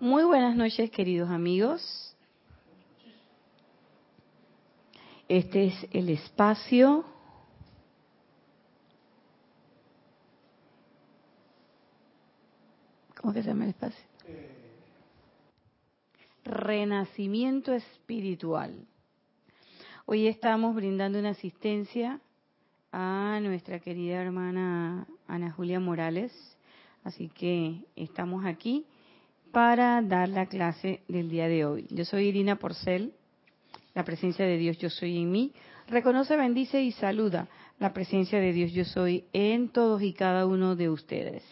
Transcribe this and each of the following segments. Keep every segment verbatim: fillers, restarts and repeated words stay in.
Muy buenas noches, queridos amigos. Este es el espacio ¿cómo que se llama el espacio? Renacimiento espiritual. Hoy estamos brindando una asistencia a nuestra querida hermana Ana Julia Morales, así que estamos aquí para dar la clase del día de hoy. Yo soy Irina Porcel, la presencia de Dios yo soy en mí. Reconoce, bendice y saluda la presencia de Dios yo soy en todos y cada uno de ustedes.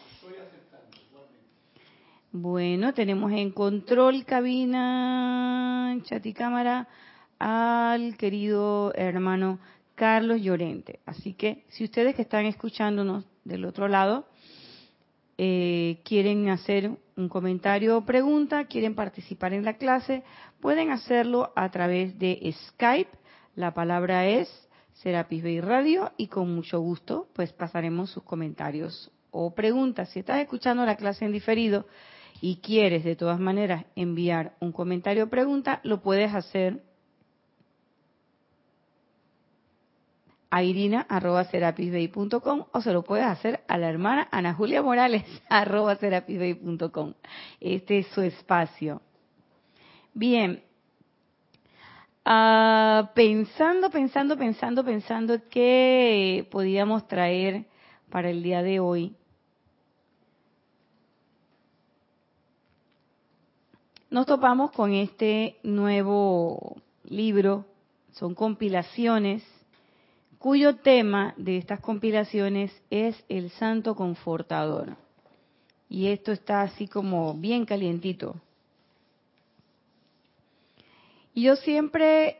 Bueno, tenemos en control cabina, chat y cámara al querido hermano Carlos Llorente. Así que si ustedes que están escuchándonos del otro lado eh, quieren hacer un comentario o pregunta, quieren participar en la clase, pueden hacerlo a través de Skype. La palabra es Serapis Bay Radio y con mucho gusto pues pasaremos sus comentarios o preguntas. Si estás escuchando la clase en diferido y quieres de todas maneras enviar un comentario o pregunta, lo puedes hacer a irina arroba serapis bay punto com o se lo puedes hacer a la hermana Ana Julia Morales arroba serapis bay punto com. Este es su espacio. Bien, uh, pensando, pensando, pensando, pensando qué podíamos traer para el día de hoy. Nos topamos con este nuevo libro, son compilaciones, cuyo tema de estas compilaciones es el Santo Confortador. Y esto está así como bien calientito. Y yo siempre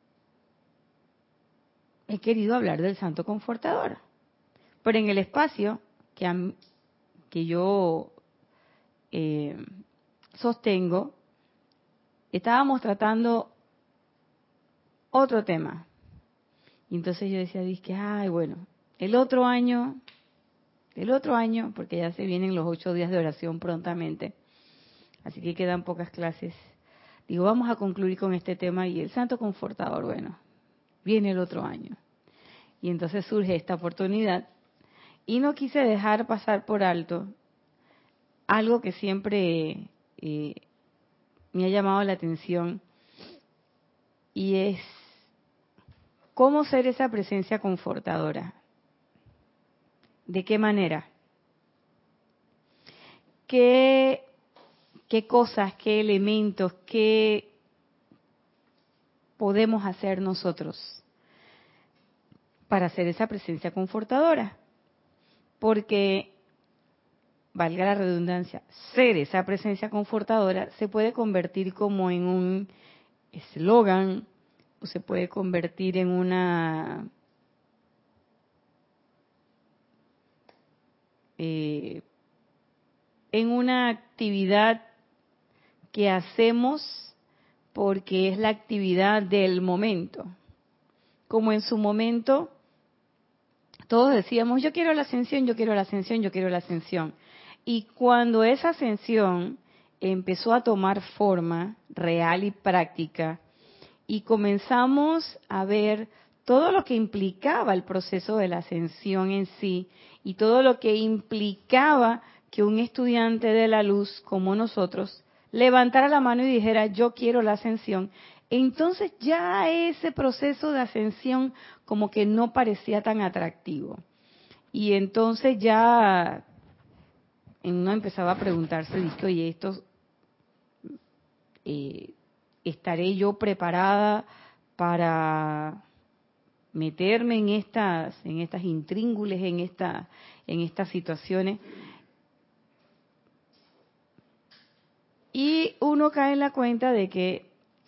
he querido hablar del Santo Confortador, pero en el espacio que, a, que yo eh, sostengo, estábamos tratando otro tema. Y entonces yo decía, dizque, ay, bueno, el otro año, el otro año, porque ya se vienen los ocho días de oración prontamente, así que quedan pocas clases. Digo, vamos a concluir con este tema y el Santo Confortador, bueno, viene el otro año. Y entonces surge esta oportunidad y no quise dejar pasar por alto algo que siempre eh, me ha llamado la atención y es cómo ser esa presencia confortadora. ¿De qué manera? ¿Qué, qué cosas, qué elementos, qué podemos hacer nosotros para ser esa presencia confortadora? Porque, valga la redundancia, ser esa presencia confortadora se puede convertir como en un eslogan o se puede convertir en una eh, en una actividad que hacemos porque es la actividad del momento. Como en su momento todos decíamos, yo quiero la ascensión, yo quiero la ascensión, yo quiero la ascensión. Y cuando esa ascensión empezó a tomar forma real y práctica, y comenzamos a ver todo lo que implicaba el proceso de la ascensión en sí, y todo lo que implicaba que un estudiante de la luz como nosotros levantara la mano y dijera, yo quiero la ascensión, entonces ya ese proceso de ascensión como que no parecía tan atractivo. Y entonces ya uno empezaba a preguntarse, dice, oye, esto, eh, ¿estaré yo preparada para meterme en estas, en estas intríngules, en esta, en estas situaciones? Y uno cae en la cuenta de que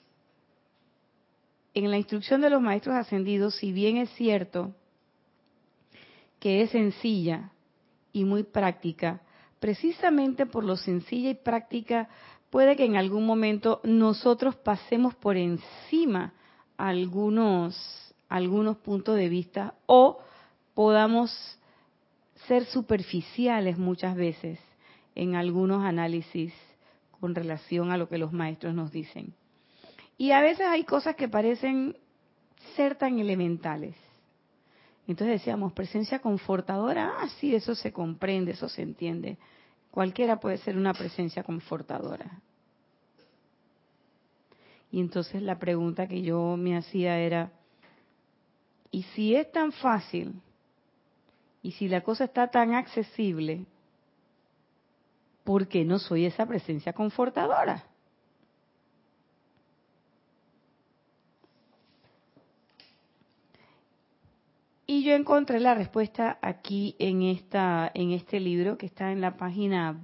en la instrucción de los maestros ascendidos, si bien es cierto que es sencilla y muy práctica, precisamente por lo sencilla y práctica, puede que en algún momento nosotros pasemos por encima algunos, algunos puntos de vista o podamos ser superficiales muchas veces en algunos análisis con relación a lo que los maestros nos dicen. Y a veces hay cosas que parecen ser tan elementales. Entonces decíamos, presencia confortadora, ah, sí, eso se comprende, eso se entiende. Cualquiera puede ser una presencia confortadora. Y entonces la pregunta que yo me hacía era, ¿y si es tan fácil? ¿Y si la cosa está tan accesible? ¿Por qué no soy esa presencia confortadora? Y yo encontré la respuesta aquí en esta, en este libro que está en la página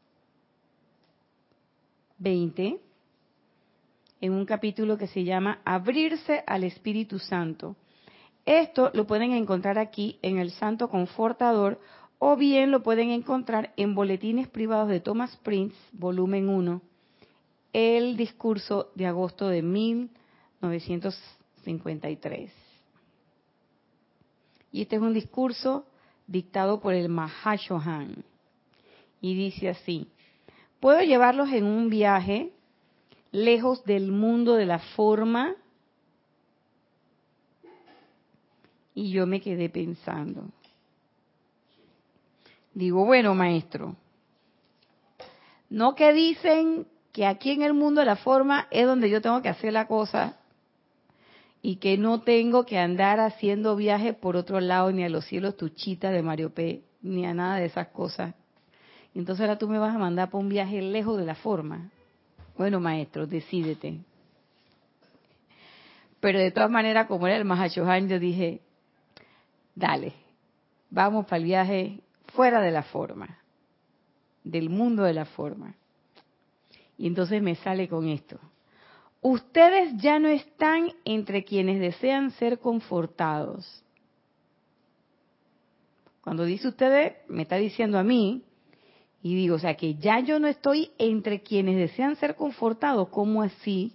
veinte, en un capítulo que se llama Abrirse al Espíritu Santo. Esto lo pueden encontrar aquí en el Santo Confortador, o bien lo pueden encontrar en Boletines Privados de Thomas Prince, volumen uno, el discurso de agosto de mil novecientos cincuenta y tres. Y este es un discurso dictado por el Mahashohan. Y dice así: ¿puedo llevarlos en un viaje lejos del mundo de la forma? Y yo me quedé pensando. Digo, bueno, maestro, ¿no que dicen que aquí en el mundo de la forma es donde yo tengo que hacer la cosa y que no tengo que andar haciendo viajes por otro lado, ni a los cielos tuchitas de Mario P, ni a nada de esas cosas? Entonces ahora tú me vas a mandar para un viaje lejos de la forma. Bueno, maestro, decídete. Pero de todas maneras, como era el Mahashohan, yo dije, dale, vamos para el viaje fuera de la forma, del mundo de la forma. Y entonces me sale con esto. Ustedes ya no están entre quienes desean ser confortados. Cuando dice ustedes, me está diciendo a mí, y digo, o sea, que ya yo no estoy entre quienes desean ser confortados. ¿Cómo así?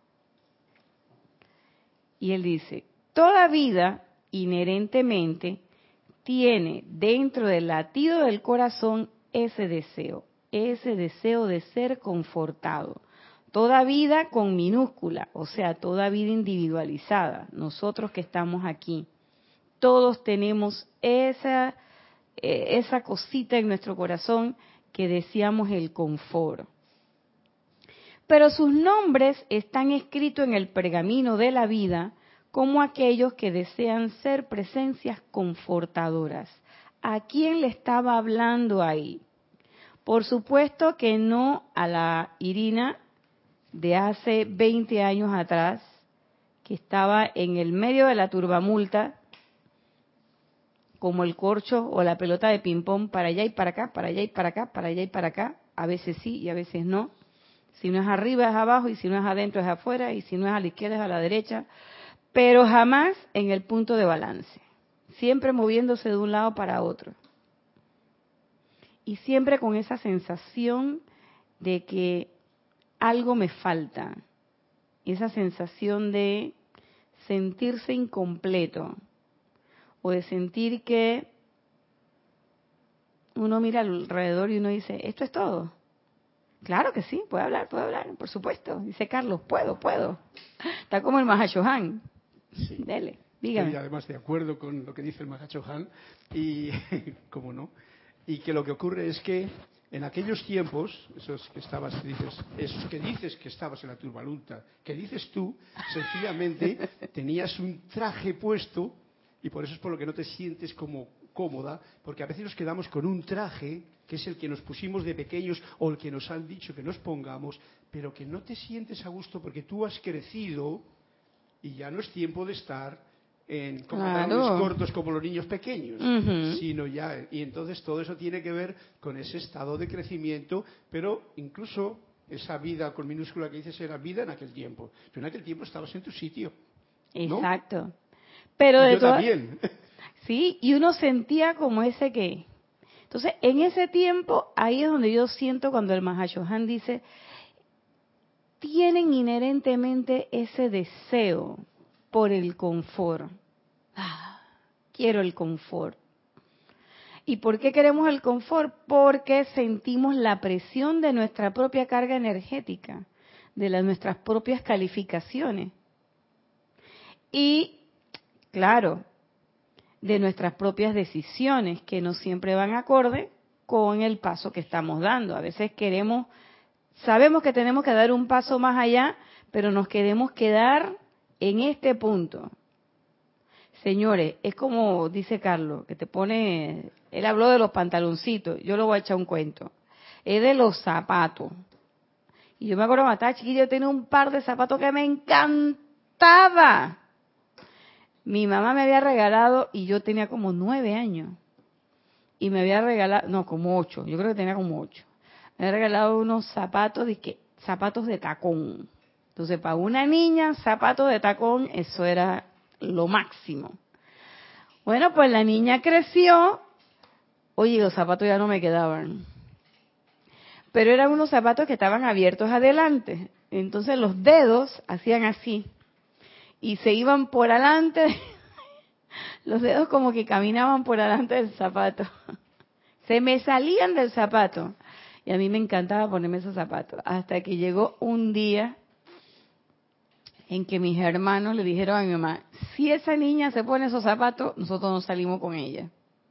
Y él dice, toda vida inherentemente tiene dentro del latido del corazón ese deseo, ese deseo de ser confortado. Toda vida con minúscula, o sea, toda vida individualizada. Nosotros que estamos aquí, todos tenemos esa, eh, esa cosita en nuestro corazón que deseamos el confort. Pero sus nombres están escritos en el pergamino de la vida como aquellos que desean ser presencias confortadoras. ¿A quién le estaba hablando ahí? Por supuesto que no a la Irina de hace veinte años atrás, que estaba en el medio de la turbamulta, como el corcho o la pelota de ping-pong, para allá y para acá, para allá y para acá, para allá y para acá, a veces sí y a veces no. Si no es arriba es abajo, y si no es adentro es afuera, y si no es a la izquierda es a la derecha, pero jamás en el punto de balance, siempre moviéndose de un lado para otro. Y siempre con esa sensación de que algo me falta, esa sensación de sentirse incompleto, o de sentir que uno mira alrededor y uno dice, ¿esto es todo? Claro que sí, puede hablar, puede hablar, por supuesto. Dice Carlos, puedo, puedo. Está como el Mahashohan. Sí. Dele, dígame. Estoy además de acuerdo con lo que dice el Mahashohan, y, ¿cómo no? Y que lo que ocurre es que en aquellos tiempos, esos que estabas, dices, esos que dices que estabas en la turbalunta, que dices tú, sencillamente tenías un traje puesto, y por eso es por lo que no te sientes como cómoda, porque a veces nos quedamos con un traje que es el que nos pusimos de pequeños o el que nos han dicho que nos pongamos, pero que no te sientes a gusto porque tú has crecido y ya no es tiempo de estar en pantalones Claro. cortos como los niños pequeños, Ujú. sino ya, y entonces todo eso tiene que ver con ese estado de crecimiento, pero incluso esa vida con minúscula que dices era vida en aquel tiempo. Tú en aquel tiempo estabas en tu sitio, ¿no? Exacto. Pero Y de yo todas, también. sí, y uno sentía como ese que. Entonces, en ese tiempo, ahí es donde yo siento cuando el Mahashohan dice, tienen inherentemente ese deseo por el confort. Ah, quiero el confort. ¿Y por qué queremos el confort? Porque sentimos la presión de nuestra propia carga energética, de las, nuestras propias calificaciones. Y, claro, de nuestras propias decisiones, que no siempre van acorde con el paso que estamos dando. A veces queremos, sabemos que tenemos que dar un paso más allá, pero nos queremos quedar en este punto. Señores, es como dice Carlos, que te pone, él habló de los pantaloncitos, yo le voy a echar un cuento. Es de los zapatos. Y yo me acuerdo cuando estaba chiquilla, yo tenía un par de zapatos que me encantaba. Mi mamá me había regalado, y yo tenía como nueve años, y me había regalado, no, como ocho, yo creo que tenía como ocho. Me había regalado unos zapatos, de que, zapatos de tacón. Entonces, para una niña, zapatos de tacón, eso era lo máximo. Bueno, pues la niña creció, oye, los zapatos ya no me quedaban. Pero eran unos zapatos que estaban abiertos adelante. Entonces los dedos hacían así. Y se iban por adelante, los dedos como que caminaban por adelante del zapato. Se me salían del zapato. Y a mí me encantaba ponerme esos zapatos. Hasta que llegó un día en que mis hermanos le dijeron a mi mamá, si esa niña se pone esos zapatos, nosotros no salimos con ella.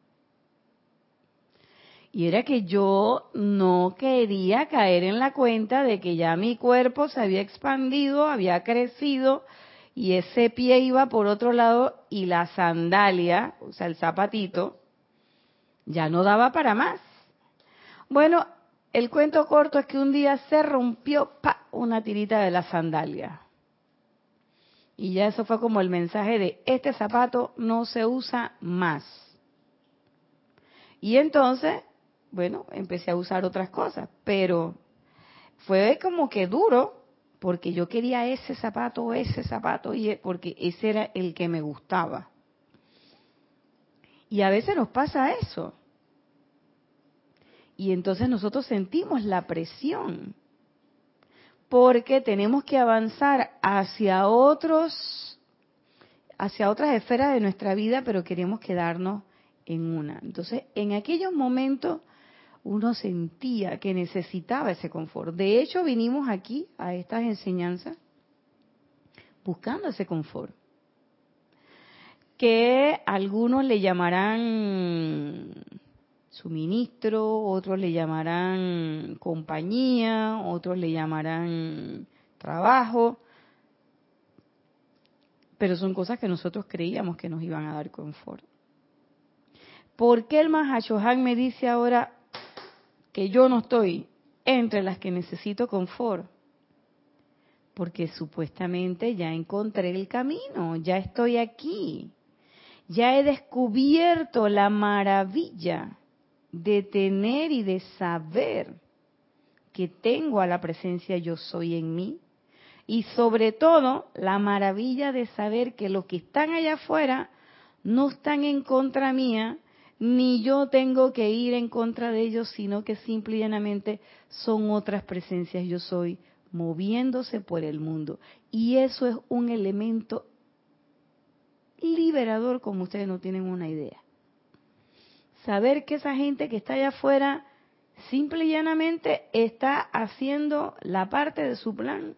Y era que yo no quería caer en la cuenta de que ya mi cuerpo se había expandido, había crecido, y ese pie iba por otro lado, y la sandalia, o sea, el zapatito, ya no daba para más. Bueno, el cuento corto es que un día se rompió ¡pa!, una tirita de la sandalia. Y ya eso fue como el mensaje de, este zapato no se usa más. Y entonces, bueno, empecé a usar otras cosas, pero fue como que duro, porque yo quería ese zapato, ese zapato, y porque ese era el que me gustaba. Y a veces nos pasa eso. Y entonces nosotros sentimos la presión, porque tenemos que avanzar hacia otros, hacia otras esferas de nuestra vida, pero queremos quedarnos en una. Entonces, en aquellos momentos uno sentía que necesitaba ese confort. De hecho, vinimos aquí a estas enseñanzas buscando ese confort, que algunos le llamarán suministro, otros le llamarán compañía, otros le llamarán trabajo, pero son cosas que nosotros creíamos que nos iban a dar confort. ¿Por qué el Mahashohan me dice ahora que yo no estoy entre las que necesito confort? Porque supuestamente ya encontré el camino, ya estoy aquí, ya he descubierto la maravilla de tener y de saber que tengo a la presencia yo soy en mí, y sobre todo la maravilla de saber que los que están allá afuera no están en contra mía, ni yo tengo que ir en contra de ellos, sino que simple y llanamente son otras presencias yo soy moviéndose por el mundo. Y eso es un elemento liberador como ustedes no tienen una idea. Saber que esa gente que está allá afuera simple y llanamente está haciendo la parte de su plan,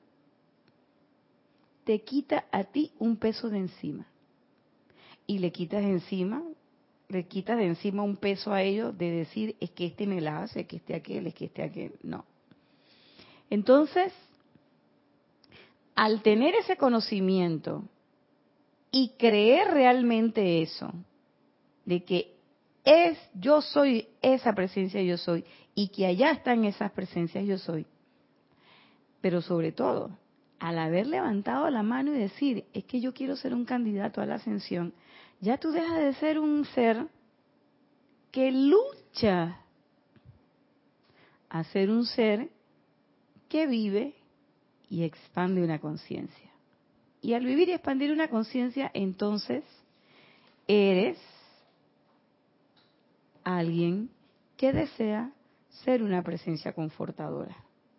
te quita a ti un peso de encima. Y le quitas de encima, le quitas de encima un peso a ellos de decir, es que este me la hace, que este aquel, es que este aquel. No. Entonces, al tener ese conocimiento y creer realmente eso, de que es yo soy esa presencia yo soy, y que allá están esas presencias yo soy, pero sobre todo, al haber levantado la mano y decir, es que yo quiero ser un candidato a la ascensión, ya tú dejas de ser un ser que lucha a ser un ser que vive y expande una conciencia. Y al vivir y expandir una conciencia, entonces eres alguien que desea ser una presencia confortadora.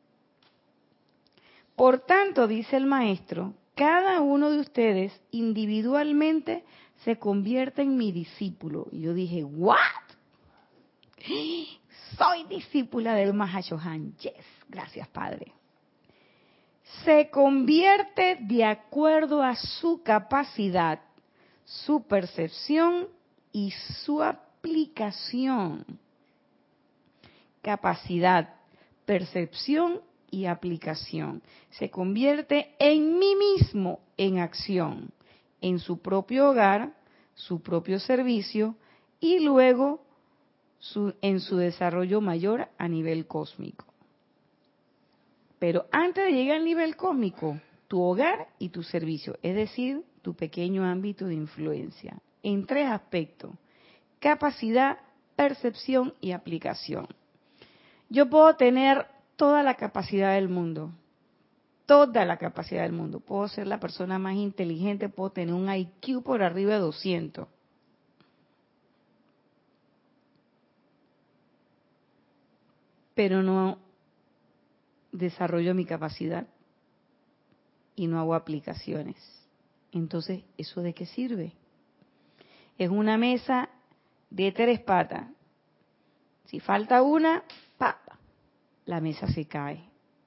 Por tanto, dice el maestro, cada uno de ustedes individualmente se convierte en mi discípulo. Y yo dije, ¿what? Soy discípula del Mahashohan. Yes, gracias Padre. Se convierte de acuerdo a su capacidad, su percepción y su aplicación. Capacidad, percepción y aplicación. Se convierte en mí mismo en acción, en su propio hogar, su propio servicio y luego su, en su desarrollo mayor a nivel cósmico. Pero antes de llegar al nivel cósmico, tu hogar y tu servicio, es decir, tu pequeño ámbito de influencia, en tres aspectos: capacidad, percepción y aplicación. Yo puedo tener toda la capacidad del mundo, toda la capacidad del mundo. Puedo ser la persona más inteligente, puedo tener un I Q por arriba de doscientos. Pero no desarrollo mi capacidad y no hago aplicaciones. Entonces, ¿eso de qué sirve? Es una mesa de tres patas. Si falta una, ¡pap!, la mesa se cae.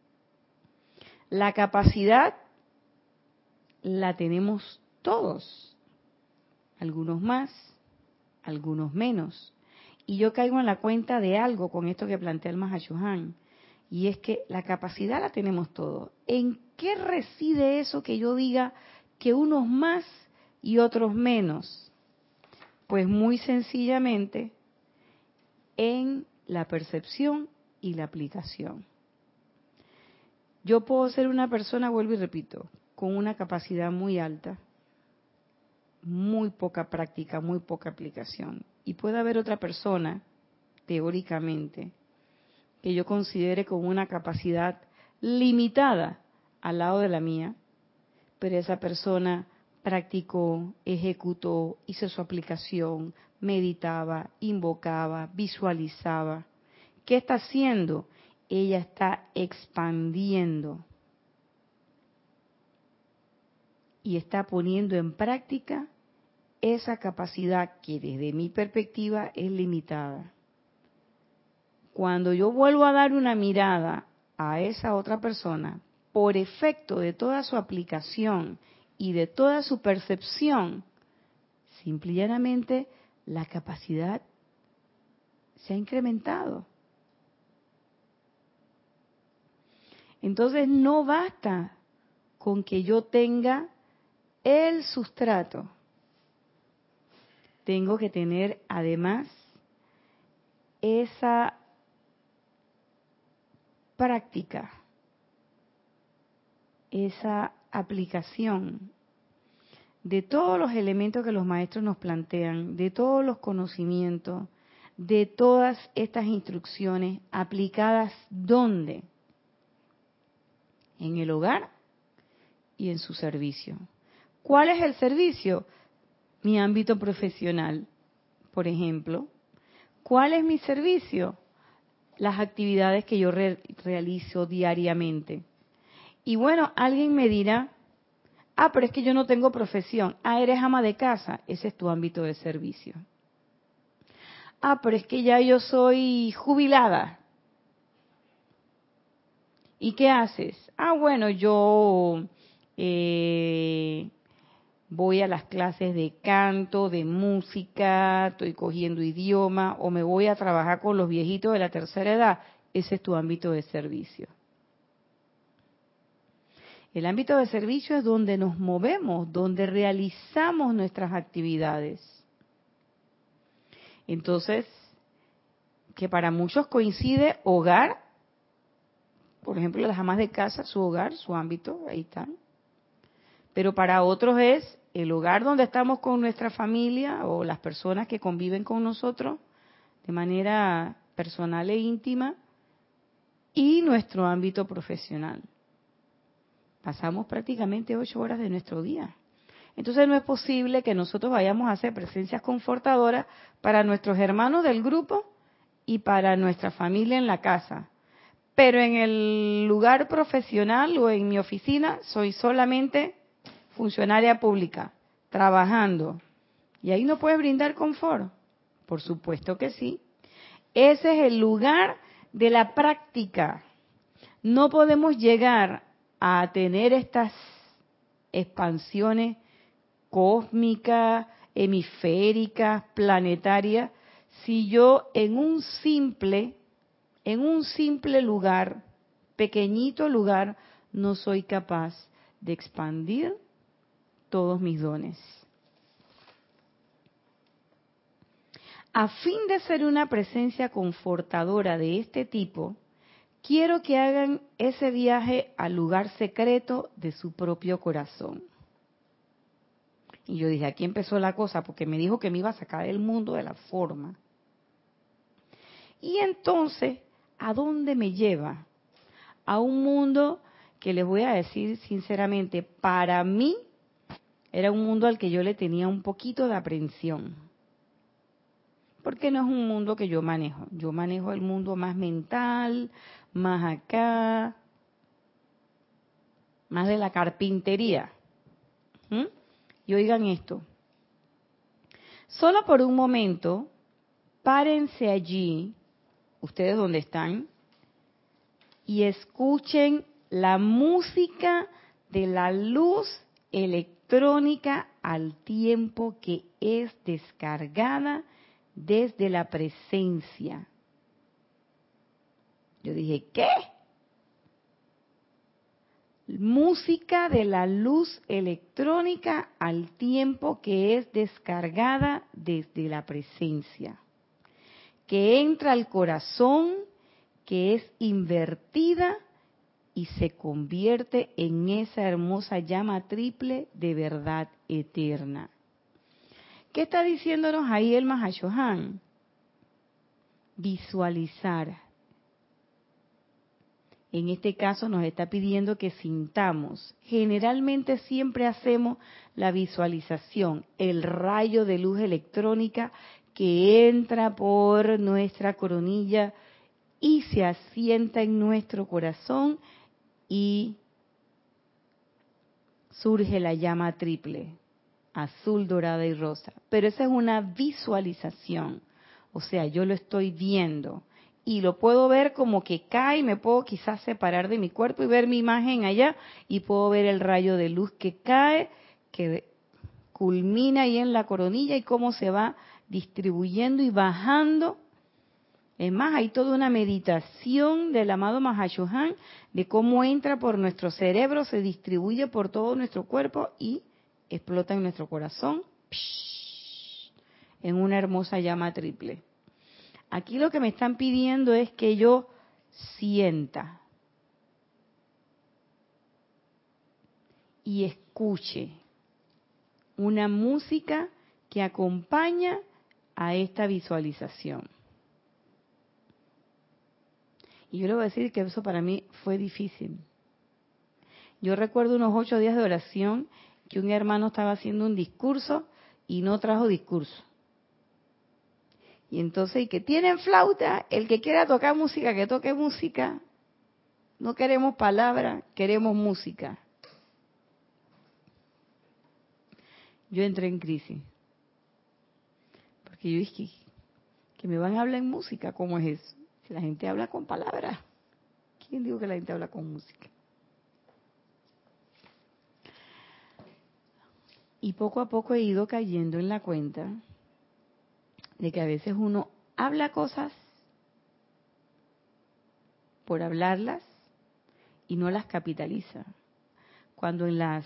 La capacidad la tenemos todos, algunos más, algunos menos. Y yo caigo en la cuenta de algo con esto que plantea el Mahashohan, y es que la capacidad la tenemos todos. ¿En qué reside eso que yo diga que unos más y otros menos? Pues muy sencillamente en la percepción y la aplicación. Yo puedo ser una persona, vuelvo y repito, con una capacidad muy alta, muy poca práctica, muy poca aplicación. Y puede haber otra persona, teóricamente, que yo considere con una capacidad limitada al lado de la mía, pero esa persona practicó, ejecutó, hizo su aplicación, meditaba, invocaba, visualizaba. ¿Qué está haciendo? Ella está expandiendo y está poniendo en práctica esa capacidad que desde mi perspectiva es limitada. Cuando yo vuelvo a dar una mirada a esa otra persona, por efecto de toda su aplicación y de toda su percepción, simple y llanamente la capacidad se ha incrementado. Entonces no basta con que yo tenga el sustrato. Tengo que tener además esa práctica, esa aplicación de todos los elementos que los maestros nos plantean, de todos los conocimientos, de todas estas instrucciones aplicadas ¿dónde? En el hogar y en su servicio. ¿Cuál es el servicio? Mi ámbito profesional, por ejemplo. ¿Cuál es mi servicio? Las actividades que yo re realizo diariamente. Y bueno, alguien me dirá, ah, pero es que yo no tengo profesión. Ah, eres ama de casa. Ese es tu ámbito de servicio. Ah, pero es que ya yo soy jubilada. ¿Y qué haces? Ah, bueno, yo eh, voy a las clases de canto, de música, estoy cogiendo idioma, o me voy a trabajar con los viejitos de la tercera edad. Ese es tu ámbito de servicio. El ámbito de servicio es donde nos movemos, donde realizamos nuestras actividades. Entonces, que para muchos coincide hogar, por ejemplo, las amas de casa, su hogar, su ámbito, ahí están. Pero para otros es el hogar donde estamos con nuestra familia o las personas que conviven con nosotros de manera personal e íntima y nuestro ámbito profesional. Pasamos prácticamente ocho horas de nuestro día. Entonces no es posible que nosotros vayamos a hacer presencias confortadoras para nuestros hermanos del grupo y para nuestra familia en la casa. Pero en el lugar profesional o en mi oficina soy solamente funcionaria pública, trabajando. ¿Y ahí no puedes brindar confort? Por supuesto que sí. Ese es el lugar de la práctica. No podemos llegar a tener estas expansiones cósmicas, hemisféricas, planetarias, si yo en un simple, en un simple lugar, pequeñito lugar, no soy capaz de expandir todos mis dones. A fin de ser una presencia confortadora de este tipo, quiero que hagan ese viaje al lugar secreto de su propio corazón. Y yo dije, aquí empezó la cosa, porque me dijo que me iba a sacar del mundo de la forma. Y entonces, ¿a dónde me lleva? A un mundo que les voy a decir sinceramente, para mí era un mundo al que yo le tenía un poquito de aprensión. Porque no es un mundo que yo manejo. Yo manejo el mundo más mental, más acá, más de la carpintería. ¿Mm? Y oigan esto. Solo por un momento, párense allí, ustedes donde están, y escuchen la música de la luz electrónica al tiempo que es descargada desde la presencia. Yo dije, ¿qué? Música de la luz electrónica al tiempo que es descargada desde la presencia, que entra al corazón, que es invertida y se convierte en esa hermosa llama triple de verdad eterna. ¿Qué está diciéndonos ahí el Mahashohan? Visualizar. En este caso nos está pidiendo que sintamos. Generalmente siempre hacemos la visualización, el rayo de luz electrónica que entra por nuestra coronilla y se asienta en nuestro corazón y surge la llama triple, azul, dorada y rosa. Pero esa es una visualización, o sea, yo lo estoy viendo. Y lo puedo ver como que cae, me puedo quizás separar de mi cuerpo y ver mi imagen allá, y puedo ver el rayo de luz que cae, que culmina ahí en la coronilla y cómo se va distribuyendo y bajando. Es más, hay toda una meditación del amado Mahashohan de cómo entra por nuestro cerebro, se distribuye por todo nuestro cuerpo y explota en nuestro corazón, en una hermosa llama triple. Aquí lo que me están pidiendo es que yo sienta y escuche una música que acompaña a esta visualización. Y yo le voy a decir que eso para mí fue difícil. Yo recuerdo unos ocho días de oración que un hermano estaba haciendo un discurso y no trajo discurso. Y entonces, y que tienen flauta, el que quiera tocar música, que toque música. No queremos palabras, queremos música. Yo entré en crisis. Porque yo dije, que me van a hablar en música, ¿cómo es eso? Si la gente habla con palabras. ¿Quién dijo que la gente habla con música? Y poco a poco he ido cayendo en la cuenta de que a veces uno habla cosas por hablarlas y no las capitaliza. Cuando en las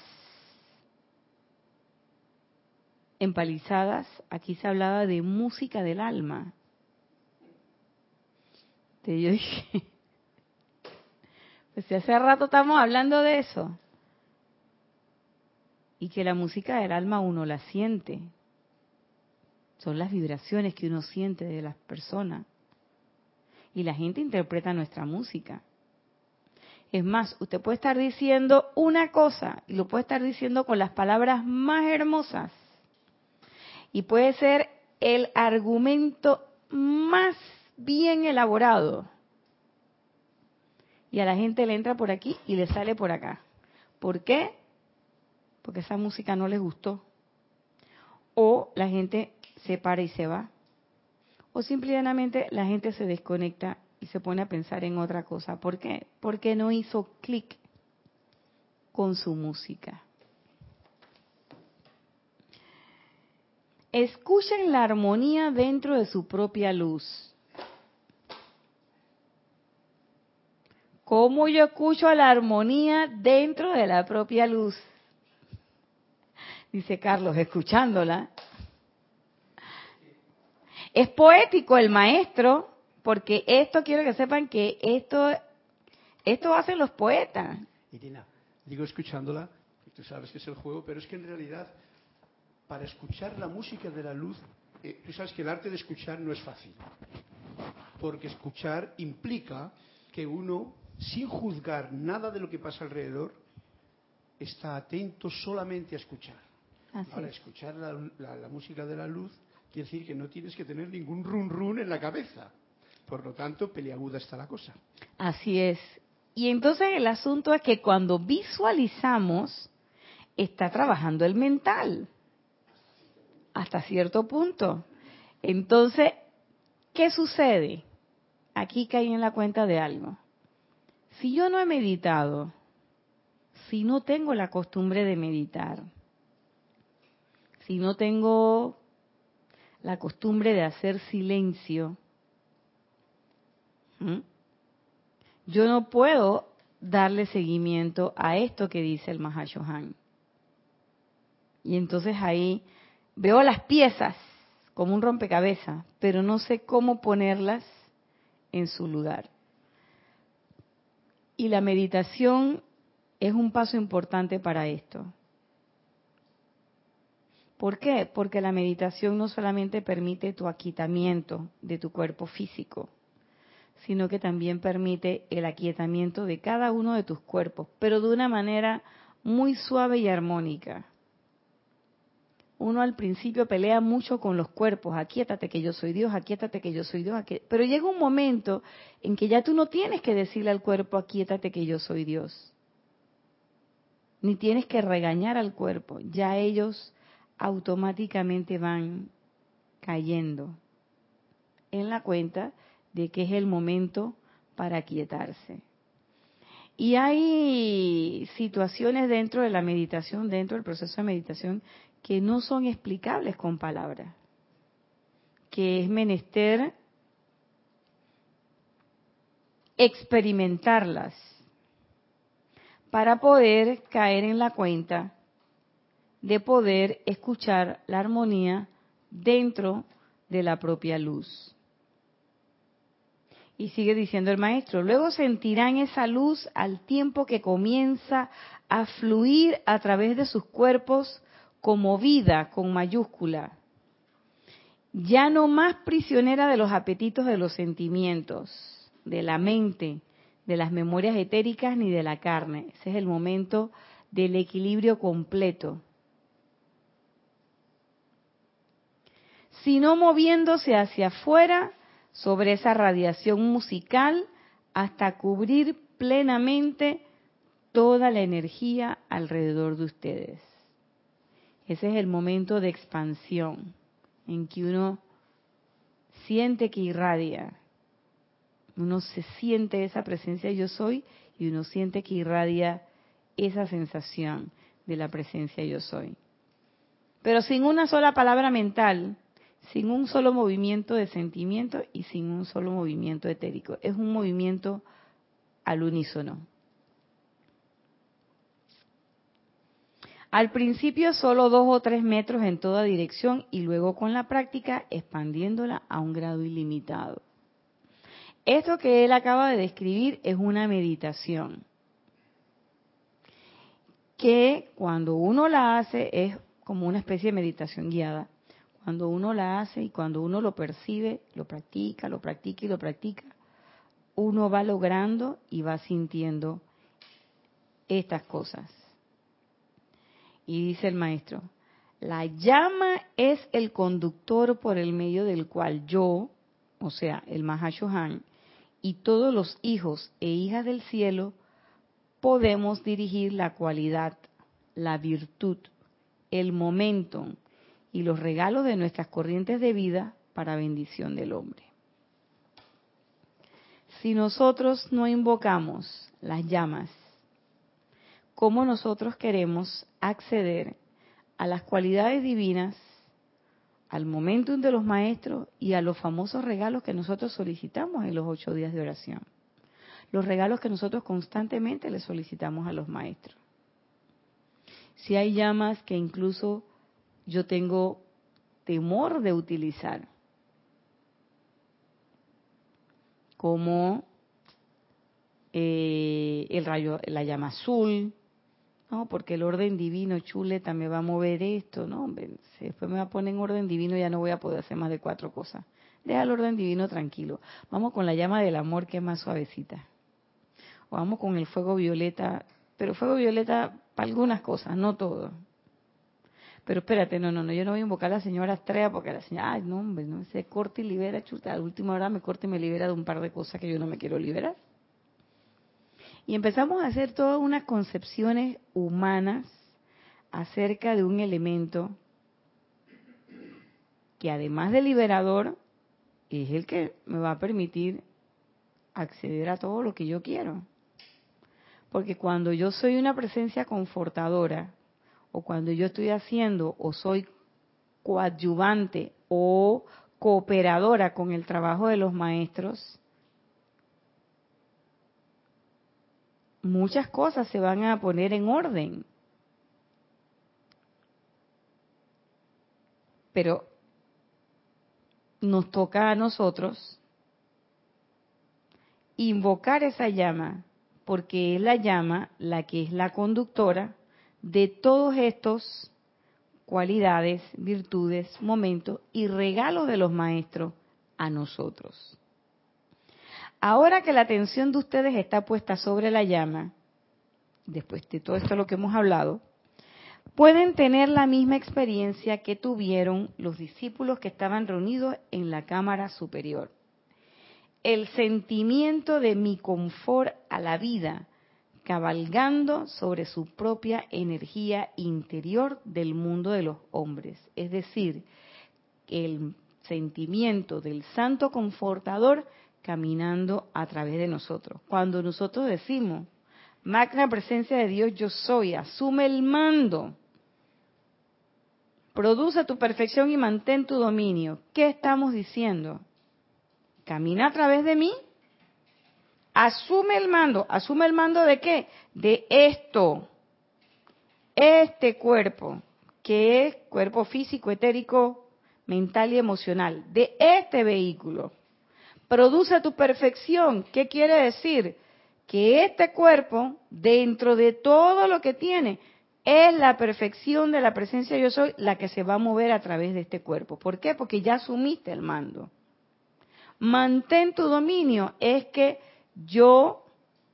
empalizadas, aquí se hablaba de música del alma. Entonces yo dije, pues si hace rato estamos hablando de eso. Y que la música del alma uno la siente. Son las vibraciones que uno siente de las personas. Y la gente interpreta nuestra música. Es más, usted puede estar diciendo una cosa y lo puede estar diciendo con las palabras más hermosas. Y puede ser el argumento más bien elaborado. Y a la gente le entra por aquí y le sale por acá. ¿Por qué? Porque esa música no les gustó. O la gente se para y se va. o simplemente la gente se desconecta y se pone a pensar en otra cosa. ¿Por qué? Porque no hizo clic con su música. Escuchen la armonía dentro de su propia luz. ¿Cómo yo escucho la armonía dentro de la propia luz? Dice Carlos, escuchándola. Es poético el maestro, porque esto quiero que sepan que esto, esto hacen los poetas. Irina, digo escuchándola, tú sabes que es el juego, pero es que en realidad, para escuchar la música de la luz, eh, tú sabes que el arte de escuchar no es fácil. Porque escuchar implica que uno, sin juzgar nada de lo que pasa alrededor, está atento solamente a escuchar. Así Ahora, es. escuchar la, la, la música de la luz quiere decir que no tienes que tener ningún run run en la cabeza. Por lo tanto, peliaguda está la cosa. Así es. Y entonces el asunto es que cuando visualizamos, está trabajando el mental. Hasta cierto punto. Entonces, ¿qué sucede? Aquí caí en la cuenta de algo. Si yo no he meditado, si no tengo la costumbre de meditar, si no tengo la costumbre de hacer silencio, ¿m? yo no puedo darle seguimiento a esto que dice el Mahashohan. Y entonces ahí veo las piezas como un rompecabezas, pero no sé cómo ponerlas en su lugar. Y la meditación es un paso importante para esto. ¿Por qué? Porque la meditación no solamente permite tu aquietamiento de tu cuerpo físico, sino que también permite el aquietamiento de cada uno de tus cuerpos, pero de una manera muy suave y armónica. Uno al principio pelea mucho con los cuerpos, aquíétate que yo soy Dios, aquíétate que yo soy Dios, aquíétate. Pero llega un momento en que ya tú no tienes que decirle al cuerpo, aquíétate que yo soy Dios. Ni tienes que regañar al cuerpo, ya ellos automáticamente van cayendo en la cuenta de que es el momento para aquietarse. Y hay situaciones dentro de la meditación, dentro del proceso de meditación, que no son explicables con palabras, que es menester experimentarlas para poder caer en la cuenta de poder escuchar la armonía dentro de la propia luz. Y sigue diciendo el maestro, luego sentirán esa luz al tiempo que comienza a fluir a través de sus cuerpos como vida con mayúscula, ya no más prisionera de los apetitos de los sentimientos, de la mente, de las memorias etéricas ni de la carne. Ese es el momento del equilibrio completo. Sino moviéndose hacia afuera sobre esa radiación musical hasta cubrir plenamente toda la energía alrededor de ustedes. Ese es el momento de expansión en que uno siente que irradia, uno se siente esa presencia yo soy y uno siente que irradia esa sensación de la presencia yo soy. Pero sin una sola palabra mental, sin un solo movimiento de sentimiento y sin un solo movimiento etérico. Es un movimiento al unísono. Al principio solo dos o tres metros en toda dirección y luego con la práctica expandiéndola a un grado ilimitado. Esto que él acaba de describir es una meditación que cuando uno la hace es como una especie de meditación guiada. Cuando uno la hace y cuando uno lo percibe, lo practica, lo practica y lo practica, uno va logrando y va sintiendo estas cosas. Y dice el maestro, la llama es el conductor por el medio del cual yo, o sea, el Mahashohan, y todos los hijos e hijas del cielo, podemos dirigir la cualidad, la virtud, el momentum y los regalos de nuestras corrientes de vida para bendición del hombre. Si nosotros no invocamos las llamas, ¿cómo nosotros queremos acceder a las cualidades divinas, al momentum de los maestros y a los famosos regalos que nosotros solicitamos en los ocho días de oración? Los regalos que nosotros constantemente le solicitamos a los maestros. Si hay llamas que incluso yo tengo temor de utilizar, como eh, el rayo, la llama azul, no, porque el orden divino, chuleta, me va a mover esto, no, hombre, si después me va a poner en orden divino ya no voy a poder hacer más de cuatro cosas. Deja el orden divino tranquilo. Vamos con la llama del amor, que es más suavecita. O vamos con el fuego violeta, pero fuego violeta para algunas cosas, no todo. Pero espérate, no, no, no, yo no voy a invocar a la señora Estrella porque la señora, ay, no, hombre, no, se corta y libera, chuta, a la última hora me corta y me libera de un par de cosas que yo no me quiero liberar. Y empezamos a hacer todas unas concepciones humanas acerca de un elemento que además de liberador, es el que me va a permitir acceder a todo lo que yo quiero. Porque cuando yo soy una presencia confortadora, o cuando yo estoy haciendo o soy coadyuvante o cooperadora con el trabajo de los maestros, muchas cosas se van a poner en orden. Pero nos toca a nosotros invocar esa llama, porque es la llama la que es la conductora de todos estos cualidades, virtudes, momentos y regalos de los maestros a nosotros. Ahora que la atención de ustedes está puesta sobre la llama, después de todo esto lo que hemos hablado, pueden tener la misma experiencia que tuvieron los discípulos que estaban reunidos en la cámara superior. El sentimiento de mi confort a la vida, cabalgando sobre su propia energía interior del mundo de los hombres. Es decir, el sentimiento del santo confortador caminando a través de nosotros. Cuando nosotros decimos, magna presencia de Dios yo soy, asume el mando, produce tu perfección y mantén tu dominio. ¿Qué estamos diciendo? Camina a través de mí. Asume el mando. ¿Asume el mando de qué? De esto. Este cuerpo, que es cuerpo físico, etérico, mental y emocional. De este vehículo. Produce tu perfección. ¿Qué quiere decir? Que este cuerpo, dentro de todo lo que tiene, es la perfección de la presencia yo soy, la que se va a mover a través de este cuerpo. ¿Por qué? Porque ya asumiste el mando. Mantén tu dominio. Es que yo,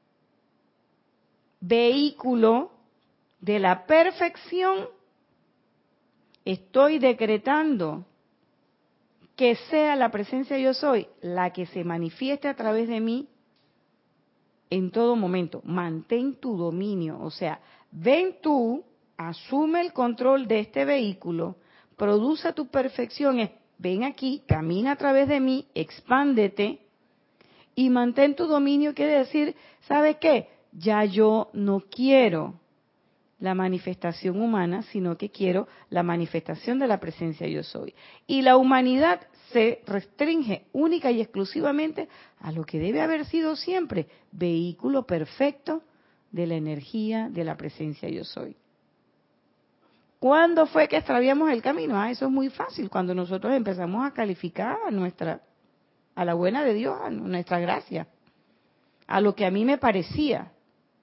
vehículo de la perfección, estoy decretando que sea la presencia yo soy la que se manifieste a través de mí en todo momento. Mantén tu dominio. O sea, ven tú, asume el control de este vehículo, produce tu perfección, ven aquí, camina a través de mí, expándete y mantén tu dominio. Quiere decir, ¿sabes qué? Ya yo no quiero la manifestación humana, sino que quiero la manifestación de la presencia yo soy. Y la humanidad se restringe única y exclusivamente a lo que debe haber sido siempre, vehículo perfecto de la energía de la presencia yo soy. ¿Cuándo fue que extraviamos el camino? Ah, eso es muy fácil, cuando nosotros empezamos a calificar a nuestra, a la buena de Dios, a nuestra gracia, a lo que a mí me parecía.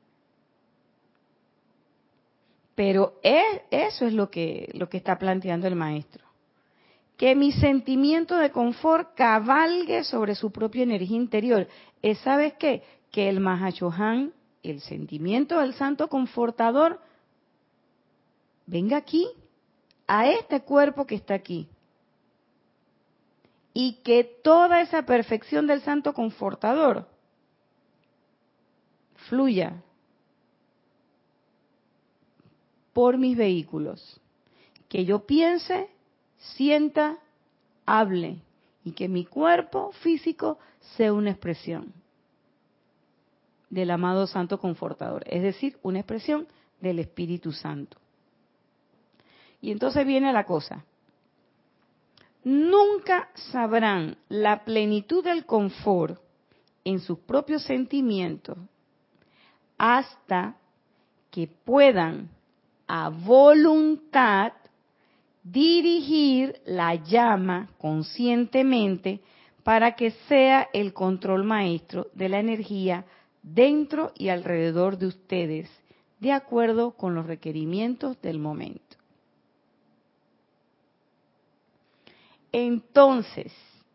Pero es, eso es lo que, lo que está planteando el maestro. Que mi sentimiento de confort cabalgue sobre su propia energía interior. Es, ¿sabes qué? Que el Mahashohan, el sentimiento del santo confortador, venga aquí, a este cuerpo que está aquí. Y que toda esa perfección del santo confortador fluya por mis vehículos. Que yo piense, sienta, hable y que mi cuerpo físico sea una expresión del amado Santo Confortador, es decir, una expresión del Espíritu Santo. Y entonces viene la cosa. Nunca sabrán la plenitud del confort en sus propios sentimientos hasta que puedan a voluntad dirigir la llama conscientemente para que sea el control maestro de la energía dentro y alrededor de ustedes, de acuerdo con los requerimientos del momento. Entonces,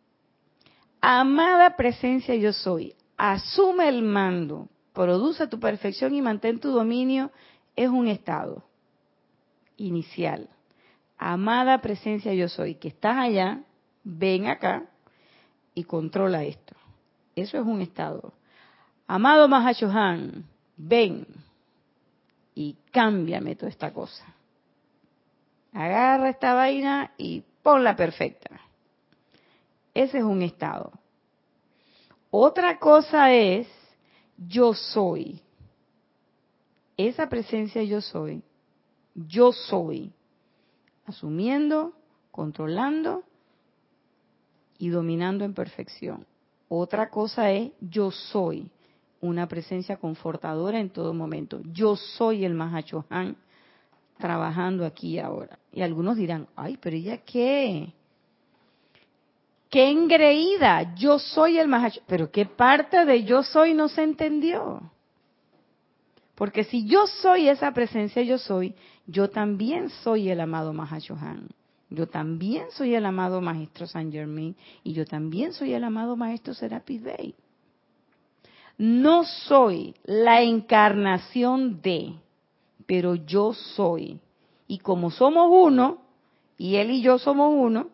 amada presencia yo soy, asume el mando, produce tu perfección y mantén tu dominio, es un estado inicial. Amada presencia yo soy, que estás allá, ven acá y controla esto. Eso es un estado. Amado Mahashohan, ven y cámbiame toda esta cosa. Agarra esta vaina y ponla perfecta. Ese es un estado. Otra cosa es yo soy. Esa presencia yo soy. Yo soy. Asumiendo, controlando y dominando en perfección. Otra cosa es yo soy. Una presencia confortadora en todo momento. Yo soy el Mahashohan trabajando aquí y ahora. Y algunos dirán, ay, pero ¿ella qué? ¡Qué engreída! Yo soy el Mahashohan. Pero ¿qué parte de yo soy no se entendió? Porque si yo soy esa presencia yo soy, yo también soy el amado Mahashohan. Yo también soy el amado Maestro Saint Germain. Y yo también soy el amado Maestro Serapis Bey. No soy la encarnación de, pero yo soy. Y como somos uno, y él y yo somos uno,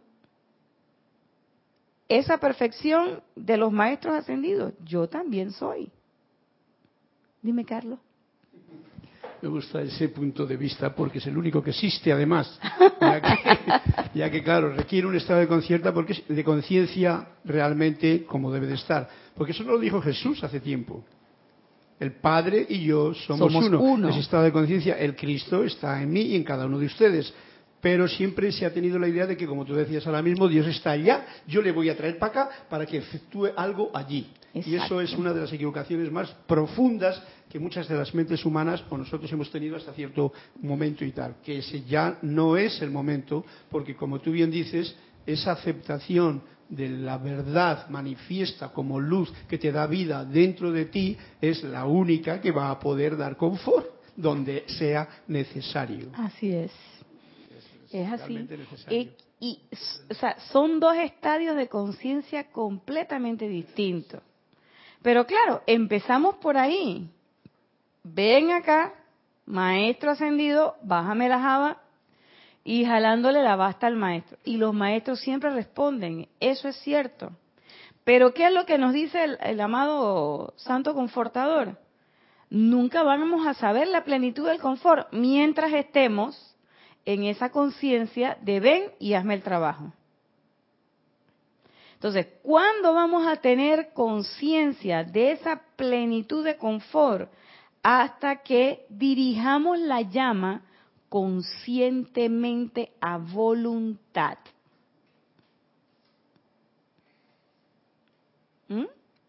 esa perfección de los maestros ascendidos, yo también soy. Dime, Carlos. Me gusta ese punto de vista porque es el único que existe, además, ya que, ya que claro, requiere un estado de conciencia porque es de conciencia realmente como debe de estar. Porque eso lo dijo Jesús hace tiempo. El Padre y yo somos, somos uno. uno. Ese estado de conciencia, el Cristo está en mí y en cada uno de ustedes. Pero siempre se ha tenido la idea de que, como tú decías ahora mismo, Dios está allá, yo le voy a traer para acá para que efectúe algo allí. Exacto. Y eso es una de las equivocaciones más profundas que muchas de las mentes humanas o nosotros hemos tenido hasta cierto momento y tal. Que ese ya no es el momento, porque como tú bien dices, esa aceptación de la verdad manifiesta como luz que te da vida dentro de ti es la única que va a poder dar confort donde sea necesario. Así es. Es así. Y, y, o sea, son dos estadios de conciencia completamente distintos. Pero claro, empezamos por ahí. Ven acá, maestro ascendido, bájame la java y jalándole la basta al maestro. Y los maestros siempre responden, eso es cierto. Pero ¿qué es lo que nos dice el, el amado Santo Confortador? Nunca vamos a saber la plenitud del confort mientras estemos en esa conciencia de ven y hazme el trabajo. Entonces, ¿cuándo vamos a tener conciencia de esa plenitud de confort? Hasta que dirijamos la llama conscientemente a voluntad. ¿Mm?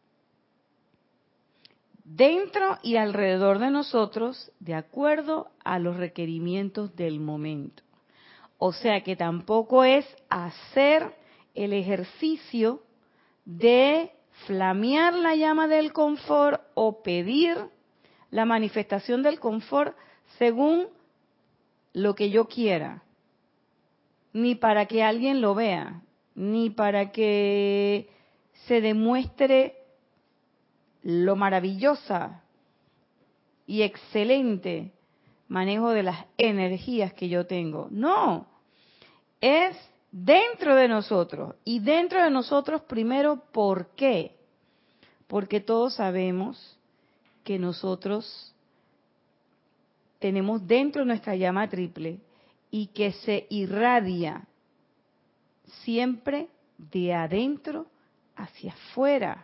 Dentro y alrededor de nosotros, de acuerdo a los requerimientos del momento. O sea que tampoco es hacer el ejercicio de flamear la llama del confort o pedir la manifestación del confort según lo que yo quiera, ni para que alguien lo vea, ni para que se demuestre lo maravillosa y excelente manejo de las energías que yo tengo. No, es dentro de nosotros. Y dentro de nosotros primero, ¿por qué? Porque todos sabemos que nosotros tenemos dentro nuestra llama triple y que se irradia siempre de adentro hacia afuera.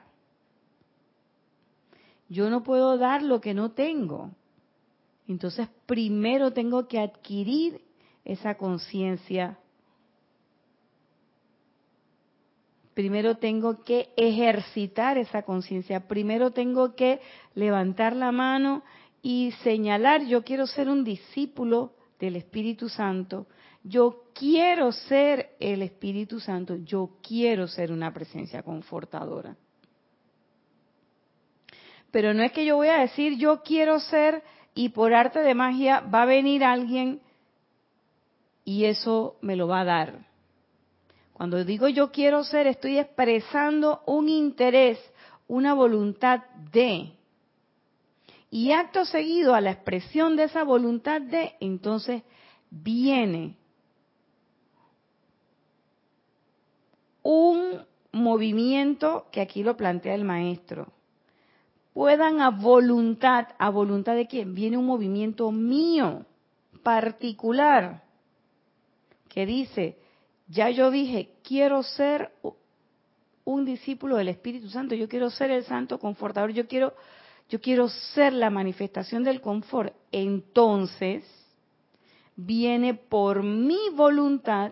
Yo no puedo dar lo que no tengo. Entonces, primero tengo que adquirir esa conciencia. Primero tengo que ejercitar esa conciencia. Primero tengo que levantar la mano y señalar, yo quiero ser un discípulo del Espíritu Santo. Yo quiero ser el Espíritu Santo. Yo quiero ser una presencia confortadora. Pero no es que yo voy a decir, yo quiero ser, y por arte de magia va a venir alguien y eso me lo va a dar. Cuando digo yo quiero ser, estoy expresando un interés, una voluntad de. Y acto seguido a la expresión de esa voluntad de, entonces viene un movimiento que aquí lo plantea el maestro. Puedan a voluntad, ¿a voluntad de quién? Viene un movimiento mío, particular, que dice, ya yo dije, quiero ser un discípulo del Espíritu Santo, yo quiero ser el Santo Confortador, yo quiero, yo quiero ser la manifestación del confort. Entonces, viene por mi voluntad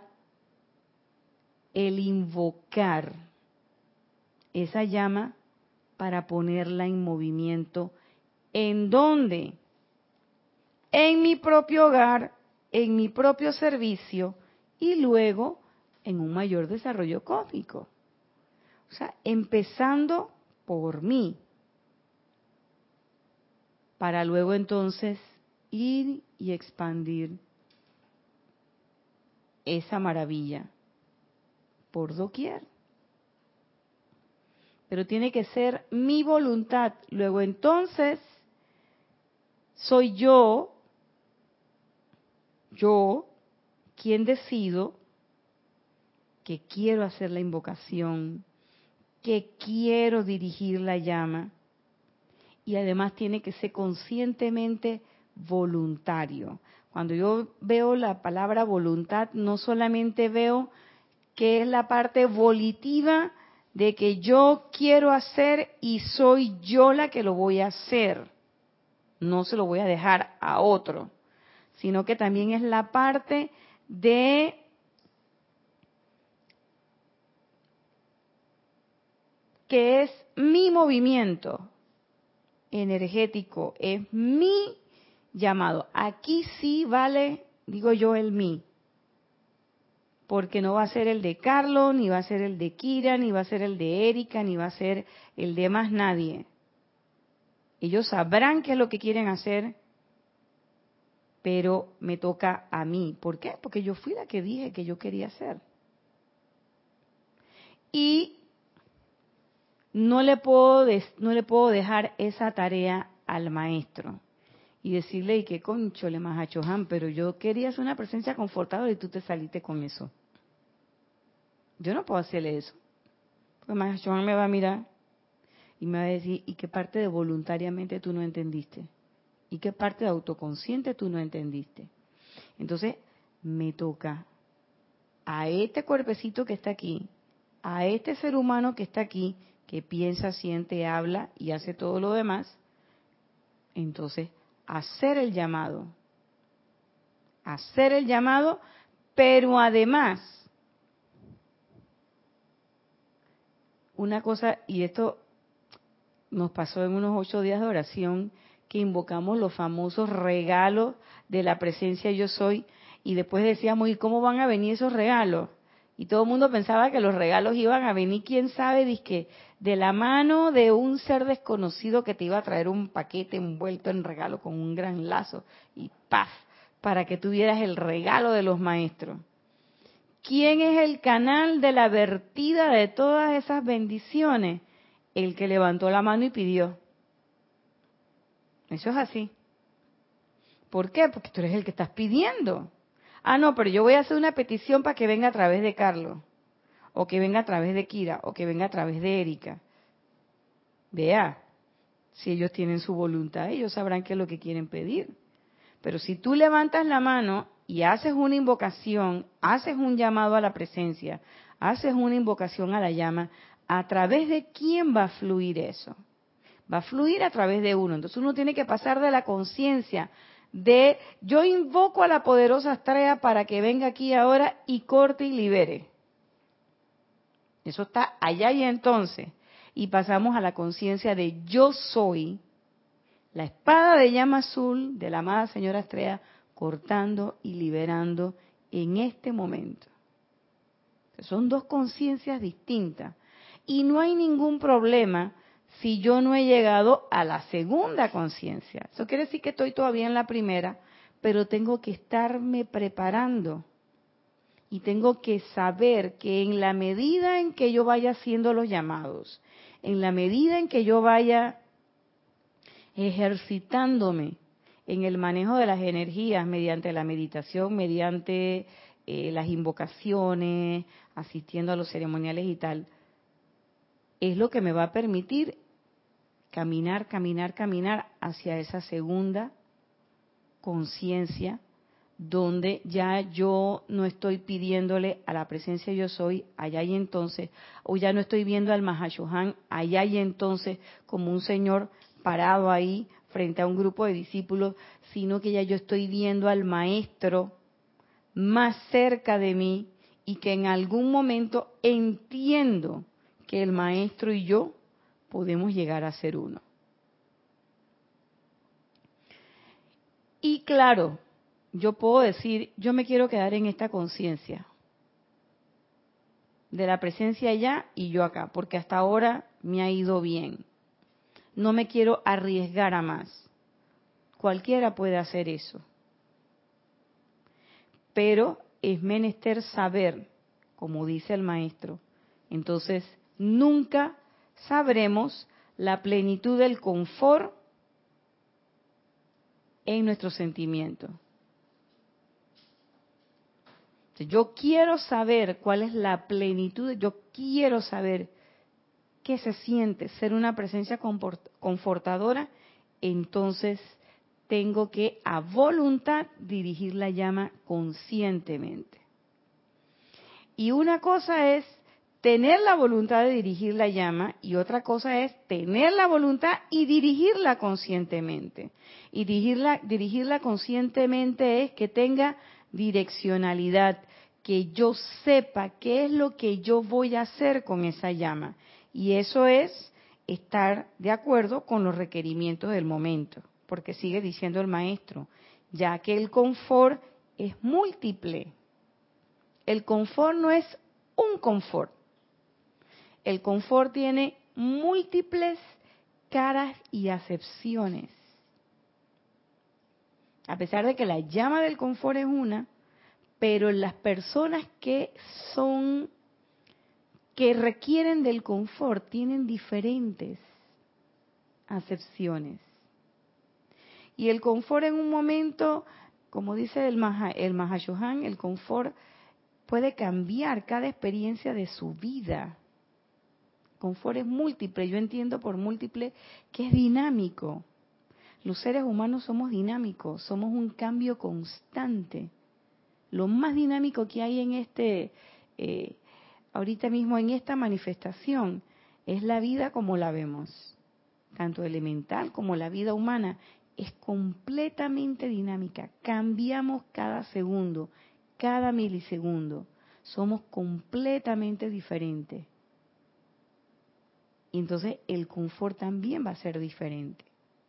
el invocar esa llama para ponerla en movimiento. ¿En dónde? En mi propio hogar, en mi propio servicio y luego en un mayor desarrollo cósmico. O sea, empezando por mí, para luego entonces ir y expandir esa maravilla por doquier. Pero tiene que ser mi voluntad. Luego entonces soy yo, yo, quien decido que quiero hacer la invocación, que quiero dirigir la llama, y además tiene que ser conscientemente voluntario. Cuando yo veo la palabra voluntad, no solamente veo que es la parte volitiva de que yo quiero hacer y soy yo la que lo voy a hacer, no se lo voy a dejar a otro, sino que también es la parte de que es mi movimiento energético, es mi llamado. Aquí sí vale, digo yo, el mí, porque no va a ser el de Carlos, ni va a ser el de Kira, ni va a ser el de Erika, ni va a ser el de más nadie. Ellos sabrán qué es lo que quieren hacer, pero me toca a mí. ¿Por qué? Porque yo fui la que dije que yo quería hacer. Y no le puedo, no le puedo dejar esa tarea al maestro y decirle, y qué conchole, Mahacho Han, pero yo quería ser una presencia confortadora y tú te saliste con eso. Yo no puedo hacerle eso. Porque Mahacho Han me va a mirar y me va a decir, ¿y qué parte de voluntariamente tú no entendiste? ¿Y qué parte de autoconsciente tú no entendiste? Entonces, me toca a este cuerpecito que está aquí, a este ser humano que está aquí, que piensa, siente, habla y hace todo lo demás, entonces, hacer el llamado. Hacer el llamado, pero además, una cosa, y esto nos pasó en unos ocho días de oración, que invocamos los famosos regalos de la presencia yo soy, y después decíamos, ¿y cómo van a venir esos regalos? Y todo el mundo pensaba que los regalos iban a venir, quién sabe, dizque de la mano de un ser desconocido que te iba a traer un paquete envuelto en regalo con un gran lazo y ¡paf! Para que tuvieras el regalo de los maestros. ¿Quién es el canal de la vertida de todas esas bendiciones? El que levantó la mano y pidió. Eso es así. ¿Por qué? Porque tú eres el que estás pidiendo. Ah, no, pero yo voy a hacer una petición para que venga a través de Carlos, o que venga a través de Kira, o que venga a través de Erika. Vea, si ellos tienen su voluntad, ellos sabrán qué es lo que quieren pedir. Pero si tú levantas la mano y haces una invocación, haces un llamado a la presencia, haces una invocación a la llama, ¿a través de quién va a fluir eso? Va a fluir a través de uno. Entonces uno tiene que pasar de la conciencia de yo invoco a la poderosa Astrea para que venga aquí ahora y corte y libere. Eso está allá y entonces. Y pasamos a la conciencia de yo soy la espada de llama azul de la amada señora Astrea cortando y liberando en este momento. Son dos conciencias distintas. Y no hay ningún problema si yo no he llegado a la segunda conciencia. Eso quiere decir que estoy todavía en la primera, pero tengo que estarme preparando. Y tengo que saber que en la medida en que yo vaya haciendo los llamados, en la medida en que yo vaya ejercitándome en el manejo de las energías mediante la meditación, mediante eh, las invocaciones, asistiendo a los ceremoniales y tal, es lo que me va a permitir caminar, caminar, caminar hacia esa segunda conciencia, donde ya yo no estoy pidiéndole a la presencia yo soy allá y entonces, o ya no estoy viendo al Mahashohan allá y entonces como un señor parado ahí frente a un grupo de discípulos, sino que ya yo estoy viendo al maestro más cerca de mí y que en algún momento entiendo que el maestro y yo podemos llegar a ser uno. Y claro, yo puedo decir, yo me quiero quedar en esta conciencia de la presencia allá y yo acá, porque hasta ahora me ha ido bien. No me quiero arriesgar a más. Cualquiera puede hacer eso. Pero es menester saber, como dice el maestro. Entonces, nunca sabremos la plenitud del confort en nuestros sentimientos. Yo quiero saber cuál es la plenitud, yo quiero saber qué se siente ser una presencia confortadora, entonces tengo que a voluntad dirigir la llama conscientemente. Y una cosa es tener la voluntad de dirigir la llama y otra cosa es tener la voluntad y dirigirla conscientemente. Y dirigirla, dirigirla conscientemente es que tenga direccionalidad, que yo sepa qué es lo que yo voy a hacer con esa llama. Y eso es estar de acuerdo con los requerimientos del momento, porque sigue diciendo el maestro, ya que el confort es múltiple. El confort no es un confort. El confort tiene múltiples caras y acepciones. A pesar de que la llama del confort es una, pero las personas que son, que requieren del confort, tienen diferentes acepciones. Y el confort en un momento, como dice el, Maha, el Mahashohan, el confort puede cambiar cada experiencia de su vida. Confort es múltiple, yo entiendo por múltiple que es dinámico. Los seres humanos somos dinámicos, somos un cambio constante. Lo más dinámico que hay en este, eh, ahorita mismo en esta manifestación, es la vida como la vemos. Tanto elemental como la vida humana es completamente dinámica. Cambiamos cada segundo, cada milisegundo. Somos completamente diferentes. Y entonces el confort también va a ser diferente.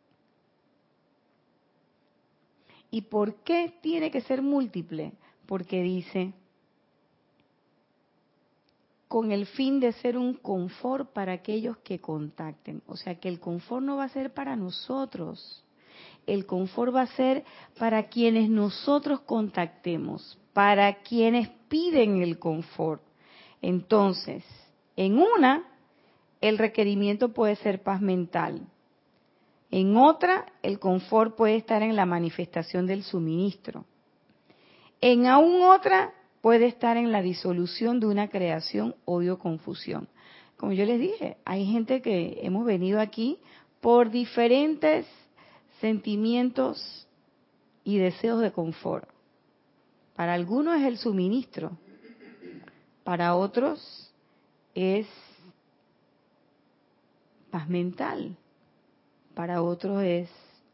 ¿Y por qué tiene que ser múltiple? Porque dice, con el fin de ser un confort para aquellos que contacten. O sea que el confort no va a ser para nosotros. El confort va a ser para quienes nosotros contactemos, para quienes piden el confort. Entonces, en una, el requerimiento puede ser paz mental. En otra, el confort puede estar en la manifestación del suministro. En aún otra, puede estar en la disolución de una creación, odio, confusión. Como yo les dije, hay gente que hemos venido aquí por diferentes sentimientos y deseos de confort. Para algunos es el suministro, Para otros es paz mental. Para otros es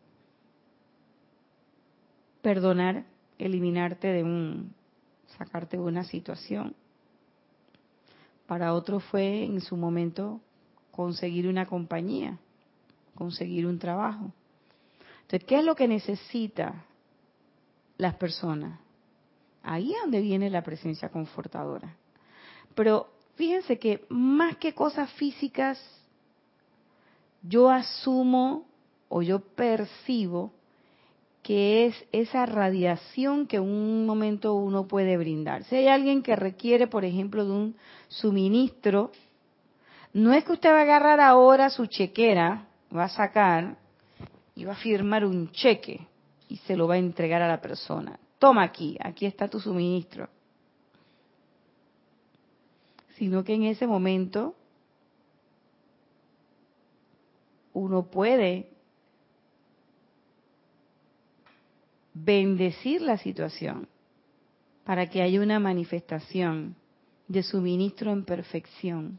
perdonar, eliminarte de un, sacarte de una situación. Para otros fue en su momento conseguir una compañía, conseguir un trabajo. Entonces, ¿qué es lo que necesitan las personas? Ahí es donde viene la presencia confortadora. Pero fíjense que más que cosas físicas, yo asumo o yo percibo que es esa radiación que en un momento uno puede brindar. Si hay alguien que requiere, por ejemplo, de un suministro, no es que usted va a agarrar ahora su chequera, va a sacar y va a firmar un cheque y se lo va a entregar a la persona. Toma aquí, aquí está tu suministro. Sino que en ese momento uno puede bendecir la situación para que haya una manifestación de suministro en perfección.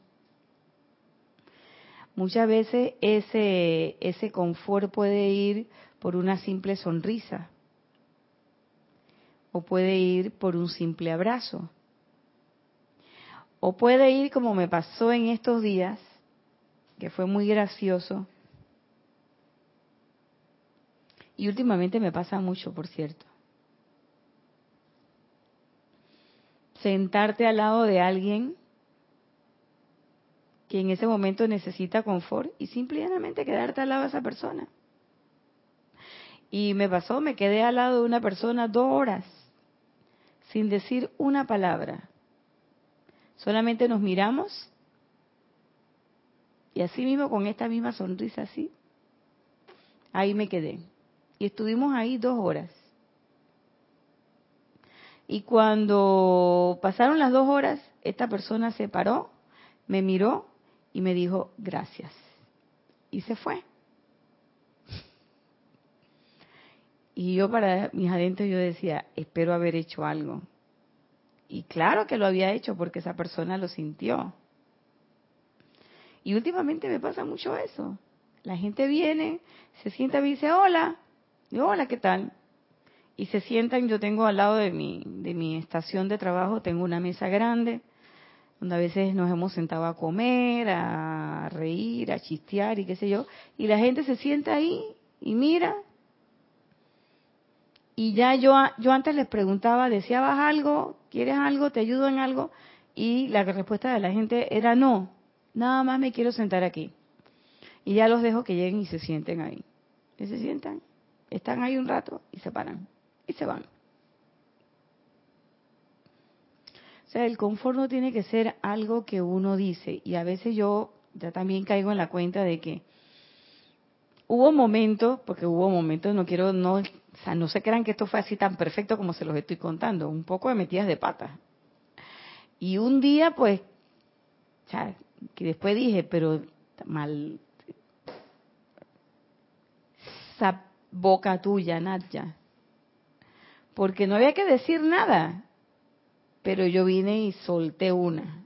Muchas veces ese, ese confort puede ir por una simple sonrisa o puede ir por un simple abrazo o puede ir como me pasó en estos días, que fue muy gracioso y últimamente me pasa mucho, por cierto. Sentarte al lado de alguien que en ese momento necesita confort y simplemente quedarte al lado de esa persona. Y me pasó, me quedé al lado de una persona dos horas sin decir una palabra. Solamente nos miramos y así mismo con esta misma sonrisa así, ahí me quedé. Y estuvimos ahí dos horas. Y cuando pasaron las dos horas, esta persona se paró, me miró y me dijo gracias. Y se fue. Y yo para mis adentros yo decía, espero haber hecho algo. Y claro que lo había hecho porque esa persona lo sintió. Y últimamente me pasa mucho eso. La gente viene, se sienta y me dice, hola. Digo, hola, ¿qué tal? Y se sientan, yo tengo al lado de mi, de mi estación de trabajo, tengo una mesa grande, donde a veces nos hemos sentado a comer, a reír, a chistear y qué sé yo. Y la gente se sienta ahí y mira. Y ya yo, yo antes les preguntaba, ¿deseabas algo? ¿Quieres algo? ¿Te ayudo en algo? Y la respuesta de la gente era no, nada más me quiero sentar aquí. Y ya los dejo que lleguen y se sienten ahí. Y se sientan, están ahí un rato y se paran y se van. O sea, el confort no tiene que ser algo que uno dice. Y a veces yo ya también caigo en la cuenta de que hubo momentos, porque hubo momentos, no quiero, no, o sea, no se crean que esto fue así tan perfecto como se los estoy contando, un poco de metidas de patas. Y un día, pues, o sea, que después dije, pero mal, esa boca tuya, Natya, porque no había que decir nada, pero yo vine y solté una.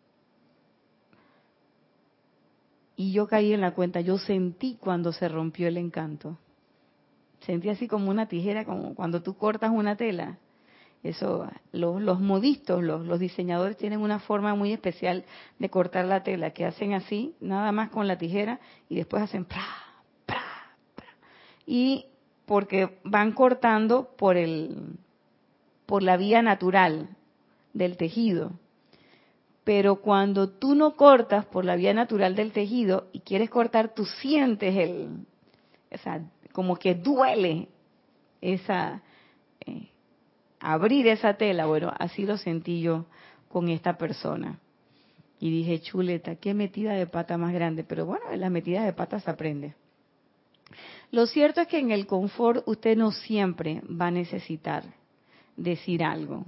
Y yo caí en la cuenta, yo sentí cuando se rompió el encanto. Sentí así como una tijera, como cuando tú cortas una tela. Eso, los, los modistos, los, los diseñadores tienen una forma muy especial de cortar la tela, que hacen así, nada más con la tijera, y después hacen pra, pra, pra. Y porque van cortando por el, por la vía natural del tejido. Pero cuando tú no cortas por la vía natural del tejido y quieres cortar, tú sientes el, o sea, como que duele esa, eh, abrir esa tela. Bueno, así lo sentí yo con esta persona. Y dije, chuleta, qué metida de pata más grande. Pero bueno, en las metidas de pata se aprende. Lo cierto es que en el confort usted no siempre va a necesitar decir algo.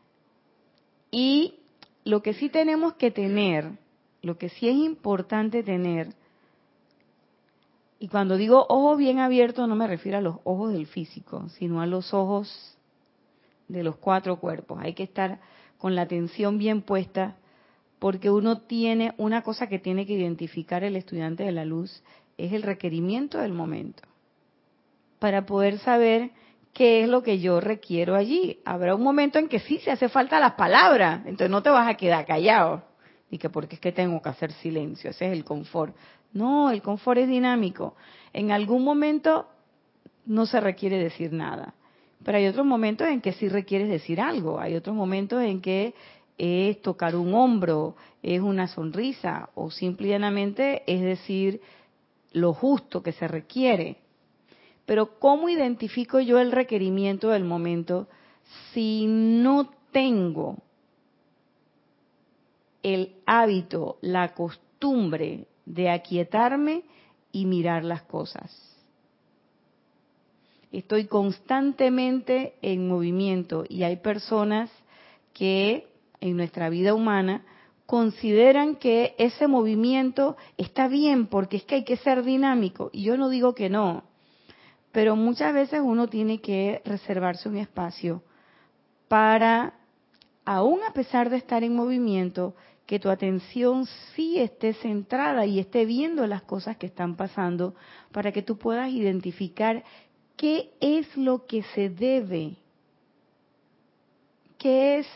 Y lo que sí tenemos que tener, lo que sí es importante tener, y cuando digo ojos bien abiertos no me refiero a los ojos del físico, sino a los ojos de los cuatro cuerpos. Hay que estar con la atención bien puesta, porque uno tiene una cosa que tiene que identificar el estudiante de la luz, es el requerimiento del momento, para poder saber qué es lo que yo requiero allí. Habrá un momento en que sí se hace falta las palabras, entonces no te vas a quedar callado, y que porque es que tengo que hacer silencio, ese es el confort. No, el confort es dinámico. En algún momento no se requiere decir nada, pero hay otros momentos en que sí requieres decir algo, hay otros momentos en que es tocar un hombro, es una sonrisa, o simplemente es decir lo justo que se requiere. Pero ¿cómo identifico yo el requerimiento del momento si no tengo el hábito, la costumbre de aquietarme y mirar las cosas? Estoy constantemente en movimiento y hay personas que en nuestra vida humana consideran que ese movimiento está bien porque es que hay que ser dinámico. Y yo no digo que no, pero muchas veces uno tiene que reservarse un espacio para, aún a pesar de estar en movimiento, que tu atención sí esté centrada y esté viendo las cosas que están pasando para que tú puedas identificar qué es lo que se debe, qué es,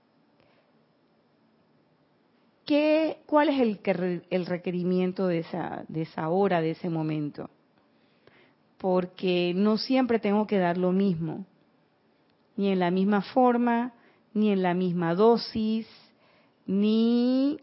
qué, cuál es el, que- el requerimiento de esa, de esa hora, de ese momento. Porque no siempre tengo que dar lo mismo, ni en la misma forma, ni en la misma dosis, ni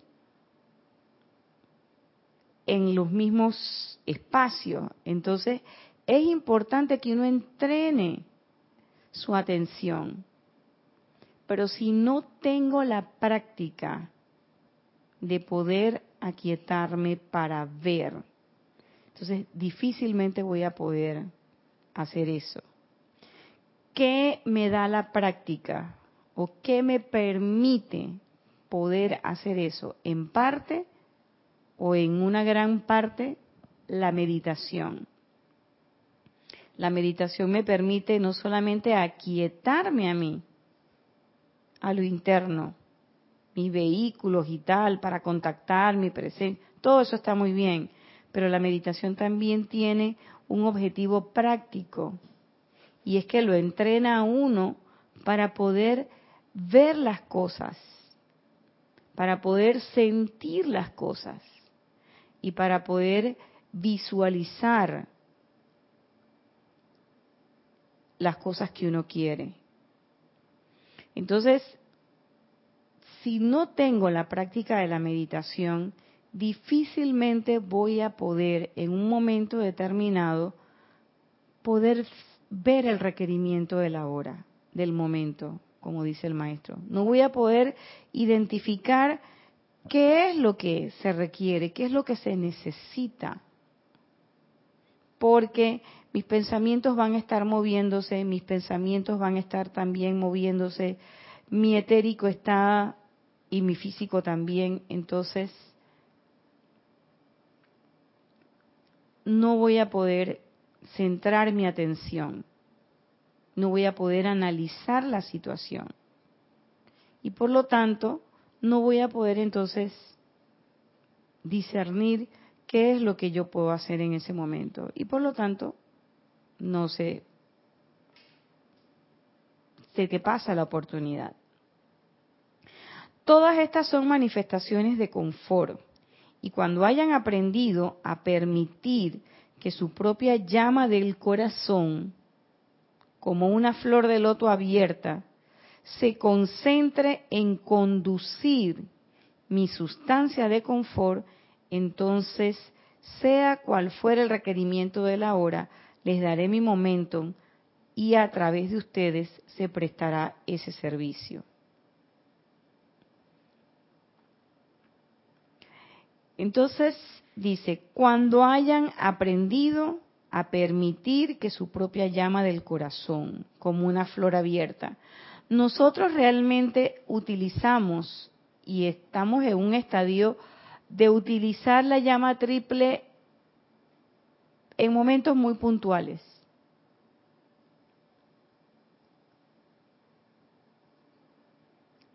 en los mismos espacios. Entonces, es importante que uno entrene su atención. Pero si no tengo la práctica de poder aquietarme para ver, entonces difícilmente voy a poder hacer eso. ¿Qué me da la práctica o qué me permite poder hacer eso? En parte o en una gran parte, la meditación. La meditación me permite no solamente aquietarme a mí, a lo interno, mis vehículos y tal, para contactar mi presencia, todo eso está muy bien, pero la meditación también tiene un objetivo práctico, y es que lo entrena a uno para poder ver las cosas, para poder sentir las cosas y para poder visualizar las cosas que uno quiere. Entonces, si no tengo la práctica de la meditación, difícilmente voy a poder en un momento determinado poder ver el requerimiento de la hora, del momento, como dice el maestro. No voy a poder identificar qué es lo que se requiere, qué es lo que se necesita, porque mis pensamientos van a estar moviéndose, mis pensamientos van a estar también moviéndose, mi etérico está y mi físico también, entonces no voy a poder centrar mi atención, no voy a poder analizar la situación y por lo tanto no voy a poder entonces discernir qué es lo que yo puedo hacer en ese momento y por lo tanto no sé, se te pasa la oportunidad. Todas estas son manifestaciones de confort y cuando hayan aprendido a permitir que su propia llama del corazón, como una flor de loto abierta, se concentre en conducir mi sustancia de confort, entonces, sea cual fuera el requerimiento de la hora, les daré mi momentum y a través de ustedes se prestará ese servicio. Entonces, dice, cuando hayan aprendido a permitir que su propia llama del corazón, como una flor abierta, nosotros realmente utilizamos y estamos en un estadio de utilizar la llama triple en momentos muy puntuales.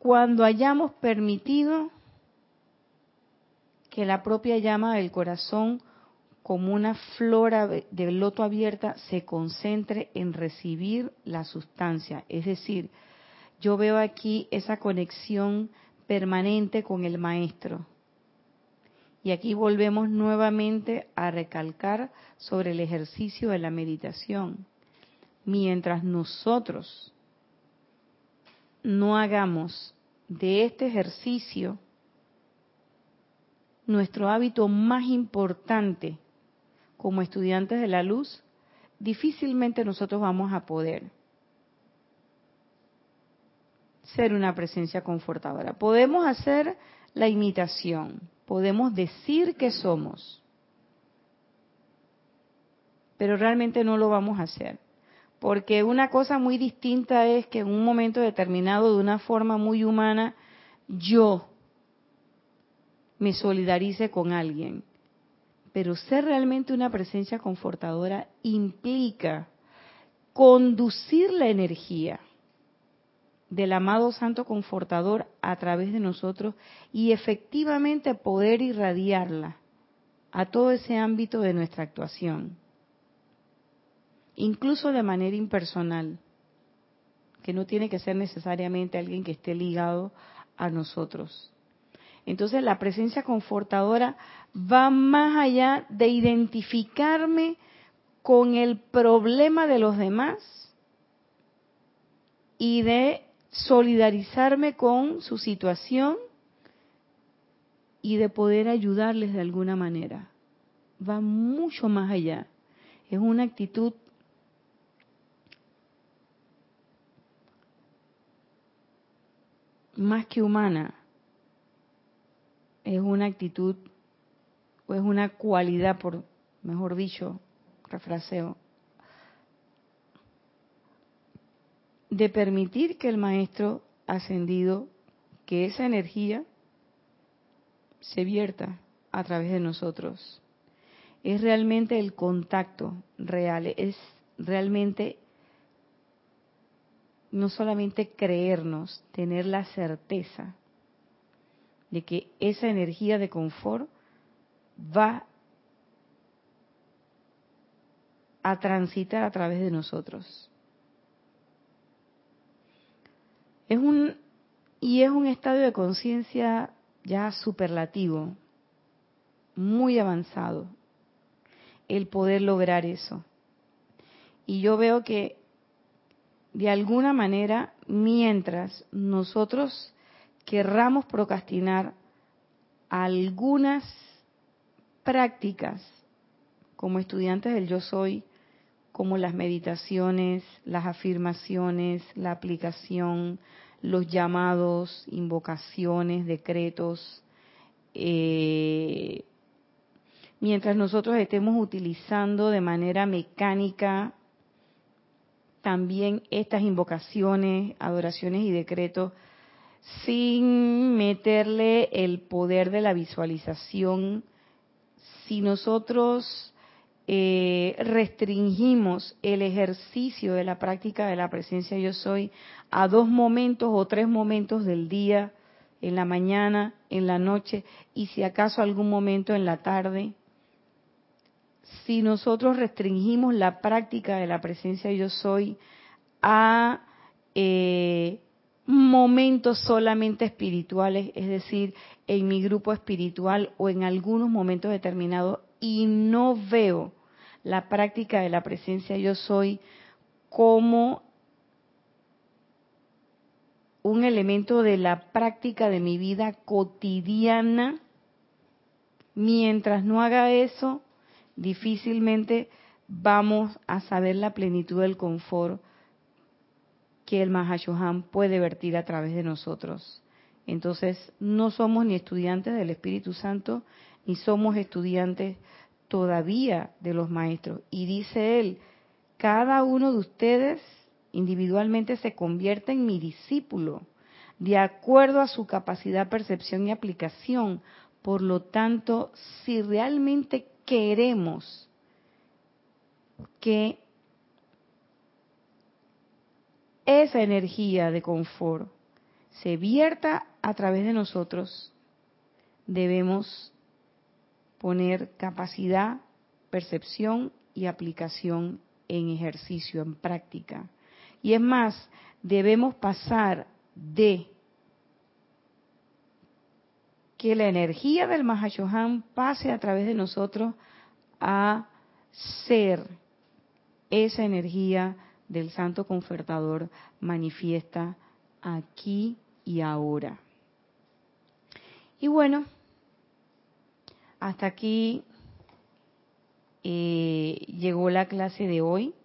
cuando hayamos permitido que la propia llama del corazón, como una flora de loto abierta, se concentre en recibir la sustancia. Es decir, yo veo aquí esa conexión permanente con el maestro. Y aquí volvemos nuevamente a recalcar sobre el ejercicio de la meditación. Mientras nosotros no hagamos de este ejercicio nuestro hábito más importante como estudiantes de la luz, difícilmente nosotros vamos a poder ser una presencia confortadora. Podemos hacer la imitación, podemos decir que somos, pero realmente no lo vamos a hacer. Porque una cosa muy distinta es que en un momento determinado, de una forma muy humana, yo me solidarice con alguien. Pero ser realmente una presencia confortadora implica conducir la energía del amado Santo Confortador a través de nosotros y efectivamente poder irradiarla a todo ese ámbito de nuestra actuación, incluso de manera impersonal, que no tiene que ser necesariamente alguien que esté ligado a nosotros. Entonces la presencia confortadora va más allá de identificarme con el problema de los demás y de solidarizarme con su situación y de poder ayudarles de alguna manera. Va mucho más allá. Es una actitud más que humana. Es una actitud, o es una cualidad, por mejor dicho, refraseo, de permitir que el Maestro Ascendido, que esa energía se vierta a través de nosotros. Es realmente el contacto real, es realmente no solamente creernos, tener la certeza de que esa energía de confort va a transitar a través de nosotros. Es un y es un estado de conciencia ya superlativo, muy avanzado, el poder lograr eso. Y yo veo que de alguna manera, mientras nosotros querramos procrastinar algunas prácticas como estudiantes del Yo Soy, como las meditaciones, las afirmaciones, la aplicación, los llamados, invocaciones, decretos, eh, mientras nosotros estemos utilizando de manera mecánica también estas invocaciones, adoraciones y decretos, sin meterle el poder de la visualización, si nosotros eh, restringimos el ejercicio de la práctica de la presencia Yo Soy a dos momentos o tres momentos del día, en la mañana, en la noche y si acaso algún momento en la tarde, si nosotros restringimos la práctica de la presencia Yo Soy a eh, momentos solamente espirituales, es decir, en mi grupo espiritual o en algunos momentos determinados, y no veo la práctica de la presencia Yo Soy como un elemento de la práctica de mi vida cotidiana, mientras no haga eso, difícilmente vamos a saber la plenitud del confort que el Mahashohan puede vertir a través de nosotros. Entonces, no somos ni estudiantes del Espíritu Santo, ni somos estudiantes todavía de los maestros. Y dice él, cada uno de ustedes individualmente se convierte en mi discípulo, de acuerdo a su capacidad, percepción y aplicación. Por lo tanto, si realmente queremos que esa energía de confort se vierta a través de nosotros, debemos poner capacidad, percepción y aplicación en ejercicio, en práctica. Y es más, debemos pasar de que la energía del Mahashohan pase a través de nosotros a ser esa energía del Santo Confortador manifiesta aquí y ahora. Y bueno, hasta aquí eh, llegó la clase de hoy.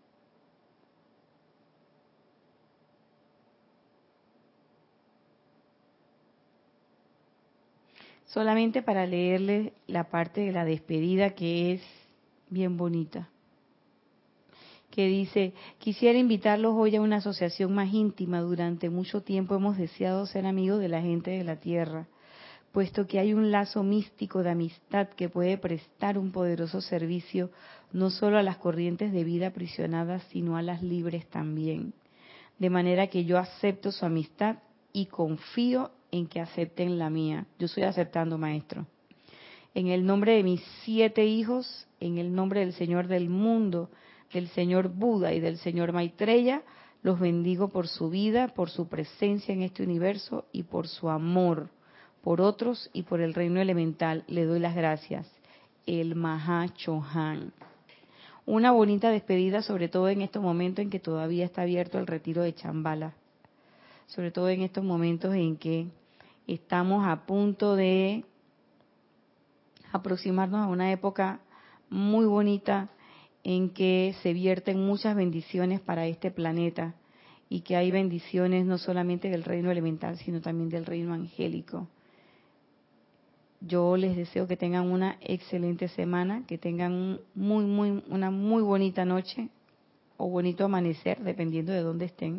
Solamente para leerles la parte de la despedida que es bien bonita, que dice: quisiera invitarlos hoy a una asociación más íntima. Durante mucho tiempo hemos deseado ser amigos de la gente de la tierra, puesto que hay un lazo místico de amistad que puede prestar un poderoso servicio no solo a las corrientes de vida aprisionadas, sino a las libres también. De manera que yo acepto su amistad y confío en que acepten la mía. Yo estoy aceptando, maestro. En el nombre de mis siete hijos, en el nombre del Señor del mundo, del Señor Buda y del Señor Maitreya, los bendigo por su vida, por su presencia en este universo y por su amor por otros y por el reino elemental. Le doy las gracias. El Mahashohan. Una bonita despedida, sobre todo en estos momentos en que todavía está abierto el retiro de Chambala. Sobre todo en estos momentos en que estamos a punto de aproximarnos a una época muy bonita en que se vierten muchas bendiciones para este planeta y que hay bendiciones no solamente del reino elemental, sino también del reino angélico. Yo les deseo que tengan una excelente semana, que tengan muy, muy, una muy bonita noche o bonito amanecer, dependiendo de dónde estén.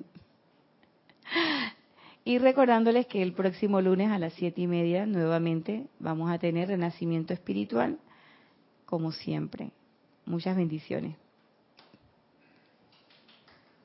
Y recordándoles que el próximo lunes a las siete y media nuevamente vamos a tener Renacimiento Espiritual, como siempre. Muchas bendiciones.